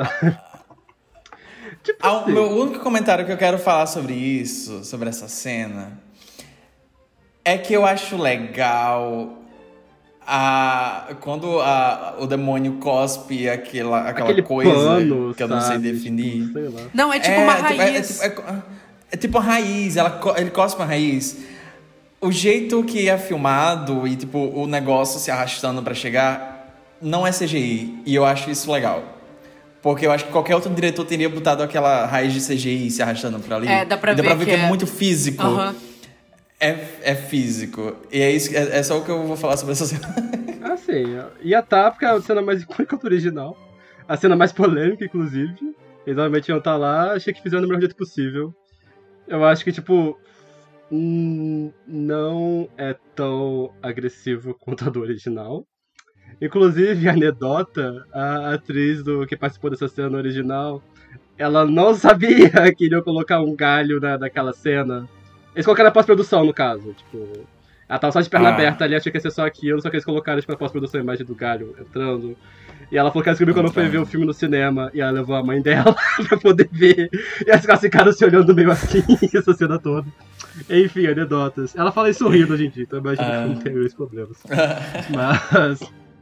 Tipo assim. O único comentário que eu quero falar sobre isso, sobre essa cena, é que eu acho legal quando o demônio cospe aquela coisa pano, que eu não sei sabe? definir. Tipo, sei lá. Não, é tipo uma raiz. É tipo uma raiz, ele cospe uma raiz. O jeito que é filmado e tipo o negócio se arrastando pra chegar não é CGI, e eu acho isso legal. Porque eu acho que qualquer outro diretor teria botado aquela raiz de CGI se arrastando por ali. Dá pra ver que é muito físico. Uhum. É físico. E é isso, é só o que eu vou falar sobre essa cena. Assim, ia estar, porque é a cena mais icônica do original. A cena mais polêmica, inclusive. Eles realmente iam estar lá, achei que fizeram do melhor jeito possível. Eu acho que, tipo, não é tão agressivo quanto a do original. Inclusive, anedota, a atriz que participou dessa cena original, ela não sabia que iriam colocar um galho naquela cena. Eles colocaram na pós-produção, no caso. Tipo, ela tava só de perna aberta ali, achei que ia ser só aquilo, só que eles colocaram tipo, na pós-produção a imagem do galho entrando. E ela falou que ela descobriu quando foi ver o filme no cinema, e ela levou a mãe dela pra poder ver. E elas ficaram se olhando meio assim, essa cena toda. Enfim, anedotas. Ela fala isso rindo hoje em dia, então imagina que não tem esses problemas. Mas...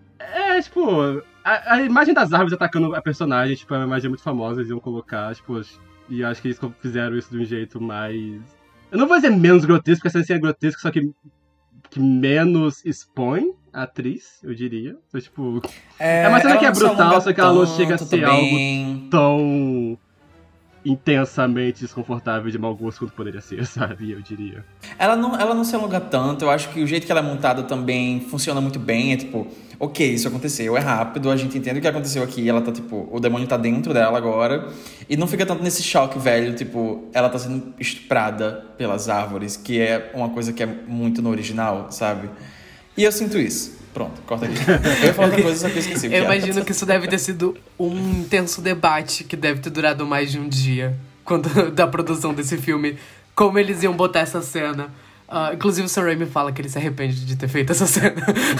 tipo... A imagem das árvores atacando a personagem, tipo, é uma imagem muito famosa, eles iam colocar, tipo... E acho que eles fizeram isso de um jeito mais... Eu não vou dizer menos grotesco, porque essa cena é grotesca, só que menos expõe a atriz, eu diria. Então, tipo... É uma cena que é brutal, só que ela não chega a ser algo tão... intensamente desconfortável de mau gosto quanto poderia ser, sabe? Eu diria. Ela não se alonga tanto, eu acho que o jeito que ela é montada também funciona muito bem, é tipo, ok, isso aconteceu, é rápido, a gente entende o que aconteceu aqui, ela tá tipo, o demônio tá dentro dela agora, e não fica tanto nesse choque velho, tipo, ela tá sendo estuprada pelas árvores, que é uma coisa que é muito no original, sabe? E eu sinto isso. Pronto, corta aqui. Eu ia falar outra coisa, só que eu esqueci. Eu imagino que isso deve ter sido um intenso debate que deve ter durado mais de um dia da produção desse filme. Como eles iam botar essa cena. Inclusive o Sam Raimi fala que ele se arrepende de ter feito essa cena.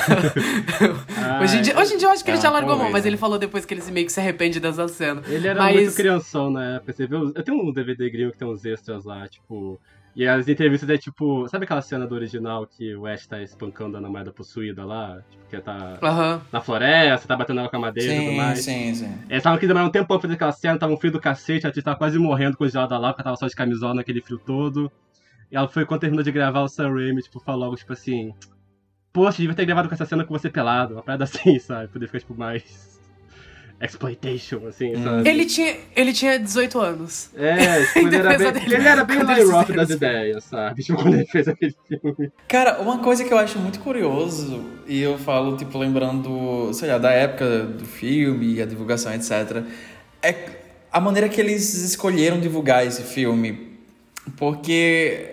Hoje em dia eu acho que ele já largou a mão, mas ele falou depois que ele meio que se arrepende dessa cena. Ele era muito crianção na época. Você viu? Eu tenho um DVD gringo que tem uns extras lá, tipo... E as entrevistas é tipo... Sabe aquela cena do original que o Ash tá espancando a namorada possuída lá? Tipo, que tá na floresta, tá batendo ela com a madeira e tudo mais. Sim. Eles estavam aqui demorando um tempão pra fazer aquela cena, tava um frio do cacete, a atriz tava quase morrendo congelada lá, porque ela tava só de camisola naquele frio todo. E ela foi, quando terminou de gravar, o Sam Raimi, tipo, falou algo, tipo assim... Poxa, devia ter gravado com essa cena com você pelado, uma parada assim, sabe? Poder ficar, tipo, mais... exploitation, assim, sabe? Ele tinha 18 anos. Tipo, ele era bem o Eli Roth das ideias, sabe? Tipo, quando ele fez aquele filme. Cara, uma coisa que eu acho muito curioso, e eu falo, tipo, lembrando, sei lá, da época do filme e a divulgação, etc., é a maneira que eles escolheram divulgar esse filme. Porque,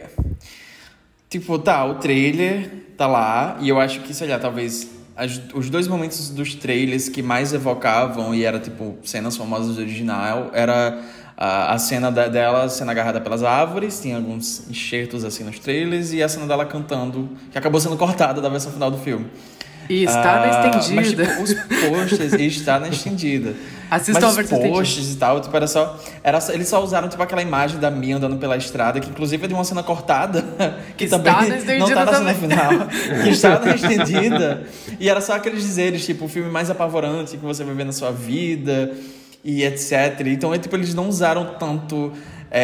tipo, o trailer tá lá, e eu acho que, sei lá, talvez... os dois momentos dos trailers que mais evocavam e era tipo cenas famosas do original era a cena dela sendo agarrada pelas árvores, tinha alguns enxertos assim nos trailers, e a cena dela cantando, que acabou sendo cortada da versão final do filme. E está na estendida. Mas tipo, os posters está na estendida. Assistam a versão estendida. Mas os posters e tal, tipo, era só, eles só usaram tipo aquela imagem da Mia andando pela estrada, que inclusive é de uma cena cortada, que também não tá na cena final, que está na estendida. E era só aqueles dizeres, tipo, o filme mais apavorante que você vai ver na sua vida, e etc. Então, tipo, eles não usaram tanto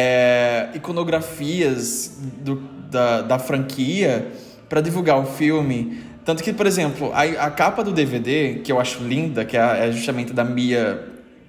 iconografias da franquia pra divulgar o filme. Tanto que, por exemplo, a capa do DVD, que eu acho linda, que é justamente da Mia...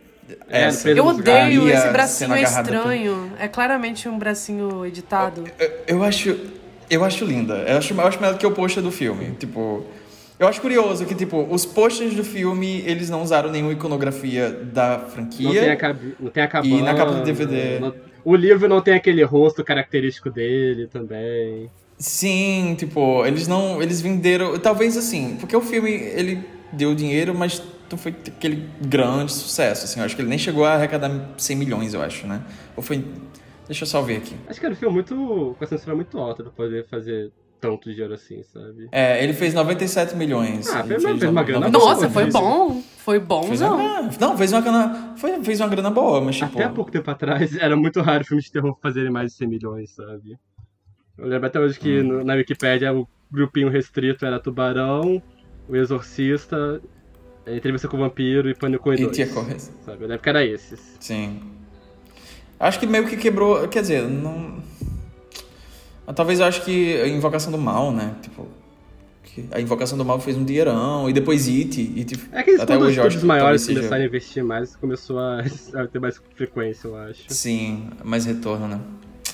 eu odeio esse bracinho estranho. É claramente um bracinho editado. Eu acho linda. Eu acho melhor do que o pôster do filme. Tipo... Eu acho curioso que, tipo, os posters do filme, eles não usaram nenhuma iconografia da franquia. Não tem a cabana. E na capa do DVD... O livro não tem aquele rosto característico dele também. Sim, tipo, eles venderam, talvez assim, porque o filme, ele deu dinheiro, mas não foi aquele grande sucesso, assim, eu acho que ele nem chegou a arrecadar 100 milhões, eu acho, né? Ou foi, deixa eu só ver aqui. Acho que era um filme com a censura muito alta pra poder fazer tanto dinheiro assim, sabe? Ele fez 97 milhões. Fez uma grana boa. Nossa, foi bom. Foi bonzão. Fez uma grana boa, mas tipo... Até há pouco tempo atrás, era muito raro filmes de terror fazerem mais de 100 milhões, sabe? Eu lembro até hoje que na Wikipédia o grupinho restrito era Tubarão, O Exorcista, Entrevista com o Vampiro e Pânico 2. Sabe? Eu lembro que era esses. Sim. Acho que meio que quebrou... Quer dizer, não... Talvez eu acho que a Invocação do Mal, né? Tipo... A Invocação do Mal fez um dinheirão, e depois It. É que até hoje os maiores começaram a investir mais, começou a ter mais frequência, eu acho. Sim, mais retorno, né?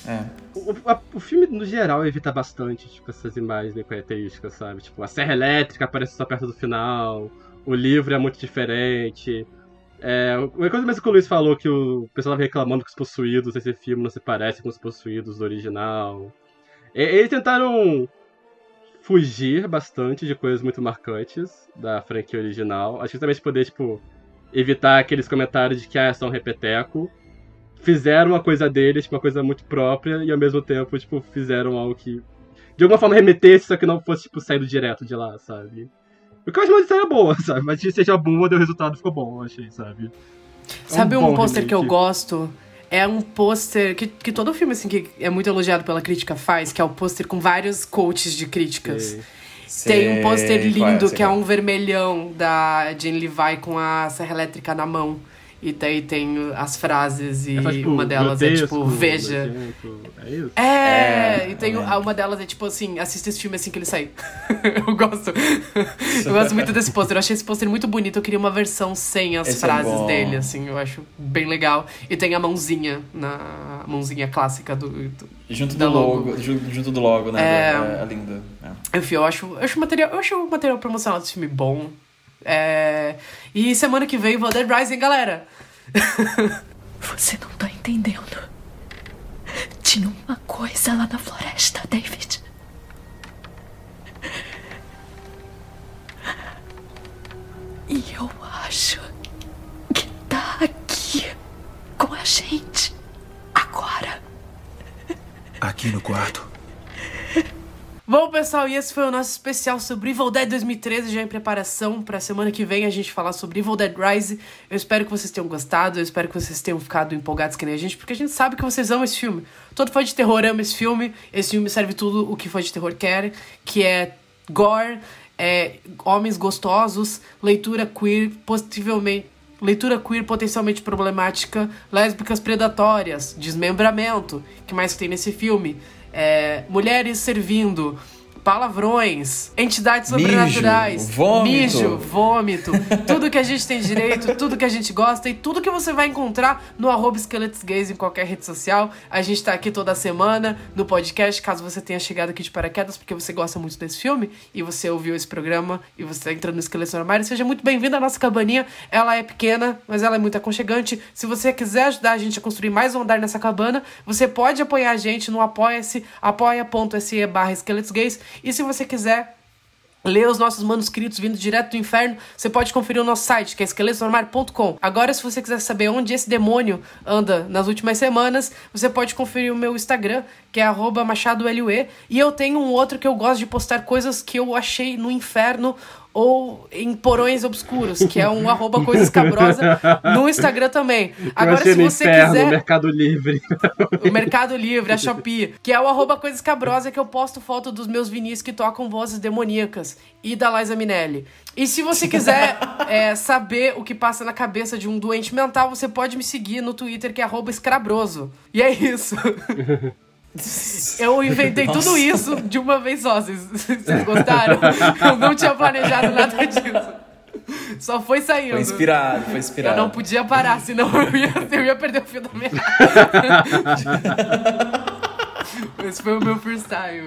O filme, no geral, evita bastante, tipo, essas imagens meio características, sabe? Tipo, a serra elétrica aparece só perto do final, o livro é muito diferente. Uma coisa mesmo que o Luiz falou, que o pessoal tava reclamando que os possuídos desse filme não se parecem com os possuídos do original. Eles tentaram fugir bastante de coisas muito marcantes da franquia original. Acho que também poder, tipo, evitar aqueles comentários de que é só um repeteco. Fizeram uma coisa deles, tipo, uma coisa muito própria, e ao mesmo tempo, tipo, fizeram algo que de alguma forma remetesse, só que não fosse, tipo, saindo direto de lá, sabe? O que eu acho que uma era boa, sabe? Mas se seja boa, o resultado ficou bom, eu achei, sabe? Sabe um pôster remake. que eu gosto? É um pôster que todo filme, assim, que é muito elogiado pela crítica faz, que é o pôster com vários quotes de críticas. Tem um pôster lindo, que é um vermelhão da Jane Levi com a serra elétrica na mão. E daí tem as frases e tipo, uma delas é tipo, grotesco, veja. nojento. É isso? E tem uma delas é tipo assim, assista esse filme assim que ele sair. Eu gosto muito desse pôster. Eu achei esse pôster muito bonito. Eu queria uma versão sem as frases dele, assim. Eu acho bem legal. E tem a mãozinha, a mãozinha clássica junto do logo. Junto do logo, né? É lindo. Enfim, eu acho o material promocional desse filme bom. E semana que vem, Evil Dead Rising, galera! Você não tá entendendo. Tinha uma coisa lá na floresta, David. E eu acho que tá aqui com a gente agora. Aqui no quarto. Bom, pessoal, e esse foi o nosso especial sobre Evil Dead 2013, já em preparação pra semana que vem a gente falar sobre Evil Dead Rise. Eu espero que vocês tenham gostado, eu espero que vocês tenham ficado empolgados que nem a gente, porque a gente sabe que vocês amam esse filme. Todo fã de terror ama esse filme serve tudo o que fã de terror quer, que é gore, homens gostosos, leitura queer, potencialmente problemática, lésbicas predatórias, desmembramento, que mais que tem nesse filme? Mulheres servindo, palavrões, entidades sobrenaturais, mijo, vômito, tudo que a gente tem direito, tudo que a gente gosta e tudo que você vai encontrar no @SkeletonsGays em qualquer rede social. A gente tá aqui toda semana no podcast, caso você tenha chegado aqui de paraquedas porque você gosta muito desse filme e você ouviu esse programa e você tá entrando no Esqueletos no Armário, seja muito bem-vindo à nossa cabaninha. Ela é pequena, mas ela é muito aconchegante. Se você quiser ajudar a gente a construir mais um andar nessa cabana, você pode apoiar a gente no Apoia-se, apoia.se/esqueletosgays. E se você quiser ler os nossos manuscritos vindo direto do inferno, você pode conferir o nosso site, que é esqueletosnoarmário.com. Agora, se você quiser saber onde esse demônio anda nas últimas semanas, você pode conferir o meu Instagram, que é @MachadoLUE. E eu tenho um outro que eu gosto de postar coisas que eu achei no inferno ou em porões obscuros, que é um @coisascabrosa no Instagram também. Agora, se você quiser... O Mercado Livre. O Mercado Livre, a Shopee, que é o @coisascabrosa, que eu posto foto dos meus vinis que tocam vozes demoníacas, e da Liza Minelli. E se você quiser saber o que passa na cabeça de um doente mental, você pode me seguir no Twitter, que é @escrabroso. E é isso. Eu inventei tudo isso de uma vez só. Vocês gostaram? Eu não tinha planejado nada disso. Só foi saindo. Foi inspirado. Eu não podia parar, senão eu ia perder o fio da meada. Esse foi o meu freestyle.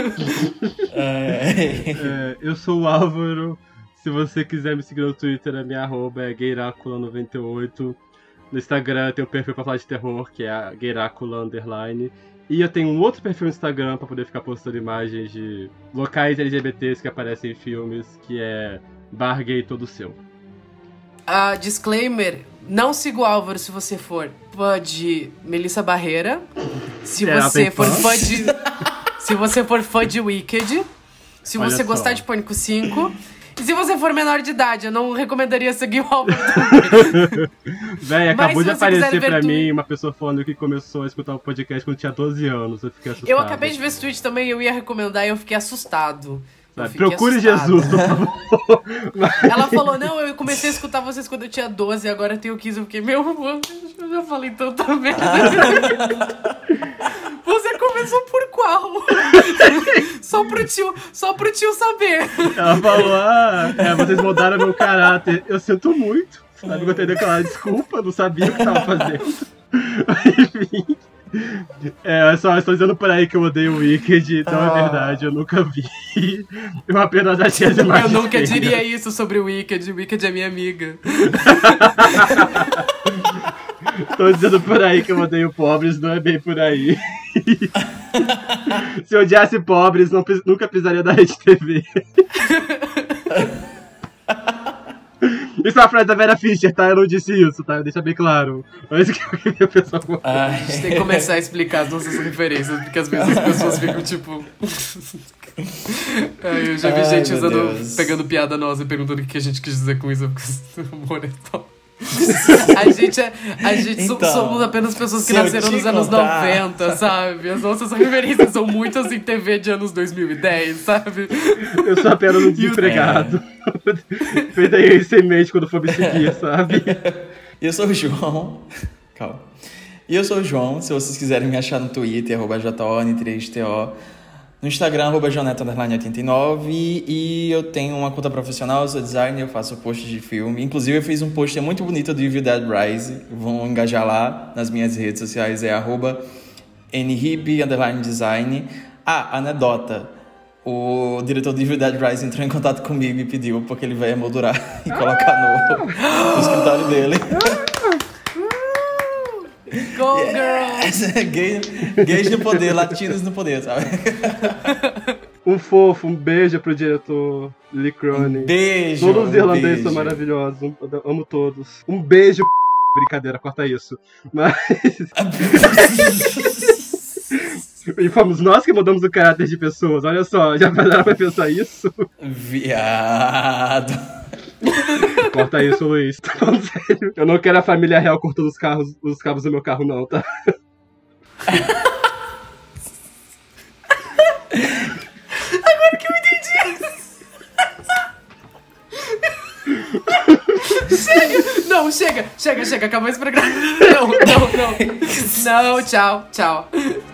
Eu sou o Álvaro. Se você quiser me seguir no Twitter, a minha @ é Gueiracula98. No Instagram tem um perfil pra falar de terror, que é Gueiracula_. E eu tenho um outro perfil no Instagram pra poder ficar postando imagens de locais LGBTs que aparecem em filmes, que é @gay todo seu. Disclaimer, não siga o Álvaro se você for fã de Melissa Barreira, se você for fã de Wicked, se você gostar de Pânico 5... E se você for menor de idade, eu não recomendaria seguir o Álvaro também. Véi, acabou de aparecer pra mim uma pessoa falando que começou a escutar o podcast quando tinha 12 anos. Eu fiquei assustado. Eu acabei de ver esse tweet também, eu ia recomendar e eu fiquei assado. Procure Jesus, por favor. Ela falou, não, eu comecei a escutar vocês quando eu tinha 12, agora eu tenho 15. Eu fiquei, meu, eu já falei tanta merda. Você começou por qual? Só pro tio saber. Ela falou, vocês mudaram meu caráter. Eu sinto muito. Sabe, eu tenho aquela desculpa, não sabia o que tava fazendo. Enfim. Eu só estou dizendo por aí que eu odeio o Wicked, então é verdade, eu nunca vi. Eu apenas achei as imagens. Eu nunca diria isso sobre o Wicked é minha amiga. Tô dizendo por aí que eu odeio pobres, não é bem por aí. Se eu odiasse pobres, nunca pisaria na Rede TV. Isso é uma frase da Vera Fischer, tá? Eu não disse isso, tá? Deixa bem claro. É isso que eu queria pensar. A gente tem que começar a explicar as nossas referências, porque às vezes as pessoas ficam tipo... Eu já vi gente pegando piada nossa e perguntando o que a gente quis dizer com isso, porque amor é tão... A gente somos apenas pessoas que nasceram nos anos 90, sabe? As nossas referências são muitas em TV de anos 2010, sabe? Eu sou apenas um desempregado. Feita aí sem mente quando for me seguir, sabe? E eu sou o João. Calma. E eu sou o João. Se vocês quiserem me achar no Twitter, @JON3TO. No Instagram, @Joneta_89. E eu tenho uma conta profissional, eu sou designer, eu faço posts de filme. Inclusive, eu fiz um post muito bonito do Evil Dead Rise. Vão engajar lá nas minhas redes sociais, é @NHIP_design. Anedota. O diretor do Evil Dead Rise entrou em contato comigo e pediu porque ele vai emoldurar e colocar no escritório dele. Go, girls! Gays no poder, latinos no poder, sabe? Um beijo pro diretor Lee Cronin. Beijo! Todos os irlandeses são maravilhosos, amo todos. Um beijo, brincadeira, corta isso. Mas... E fomos nós que mudamos o caráter de pessoas, olha só, já pararam pra pensar isso? Viado! Corta isso, Luiz. Tá falando sério. Eu não quero a família real cortando os cabos do meu carro, não, tá? Agora que eu entendi. Chega, acabou esse programa. Não, tchau.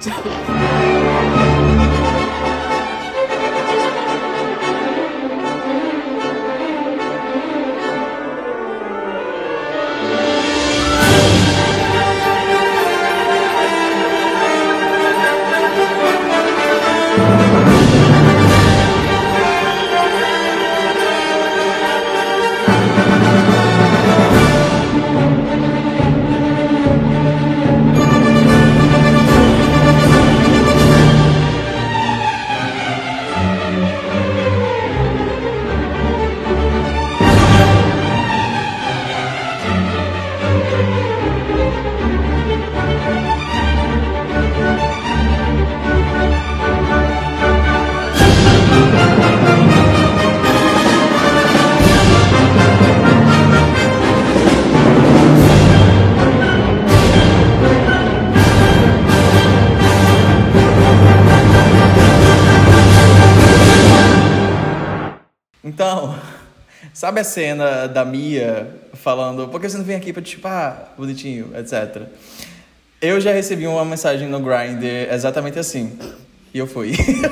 Então, sabe a cena da Mia falando, por que você não vem aqui pra te chupar, bonitinho, etc. Eu já recebi uma mensagem no Grindr exatamente assim. E eu fui.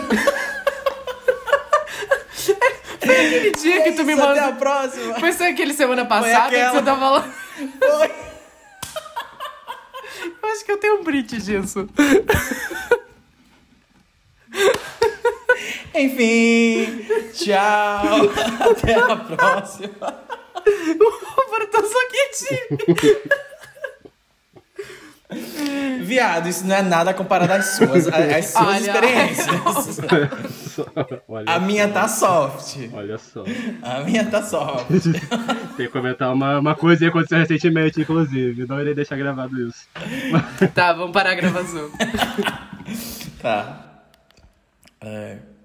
Foi aquele dia que tu me mandou. Até a próxima. Foi aquele semana passada que você tava falando. Foi. Eu acho que eu tenho um print disso. Enfim, tchau. Até a próxima. O Álvaro tá só quietinho. Viado, isso não é nada comparado às suas experiências. A minha tá soft. Olha só. A minha tá soft. Tem que comentar uma coisa que aconteceu recentemente, inclusive. Não irei deixar gravado isso. Tá, vamos parar a gravação. Tá.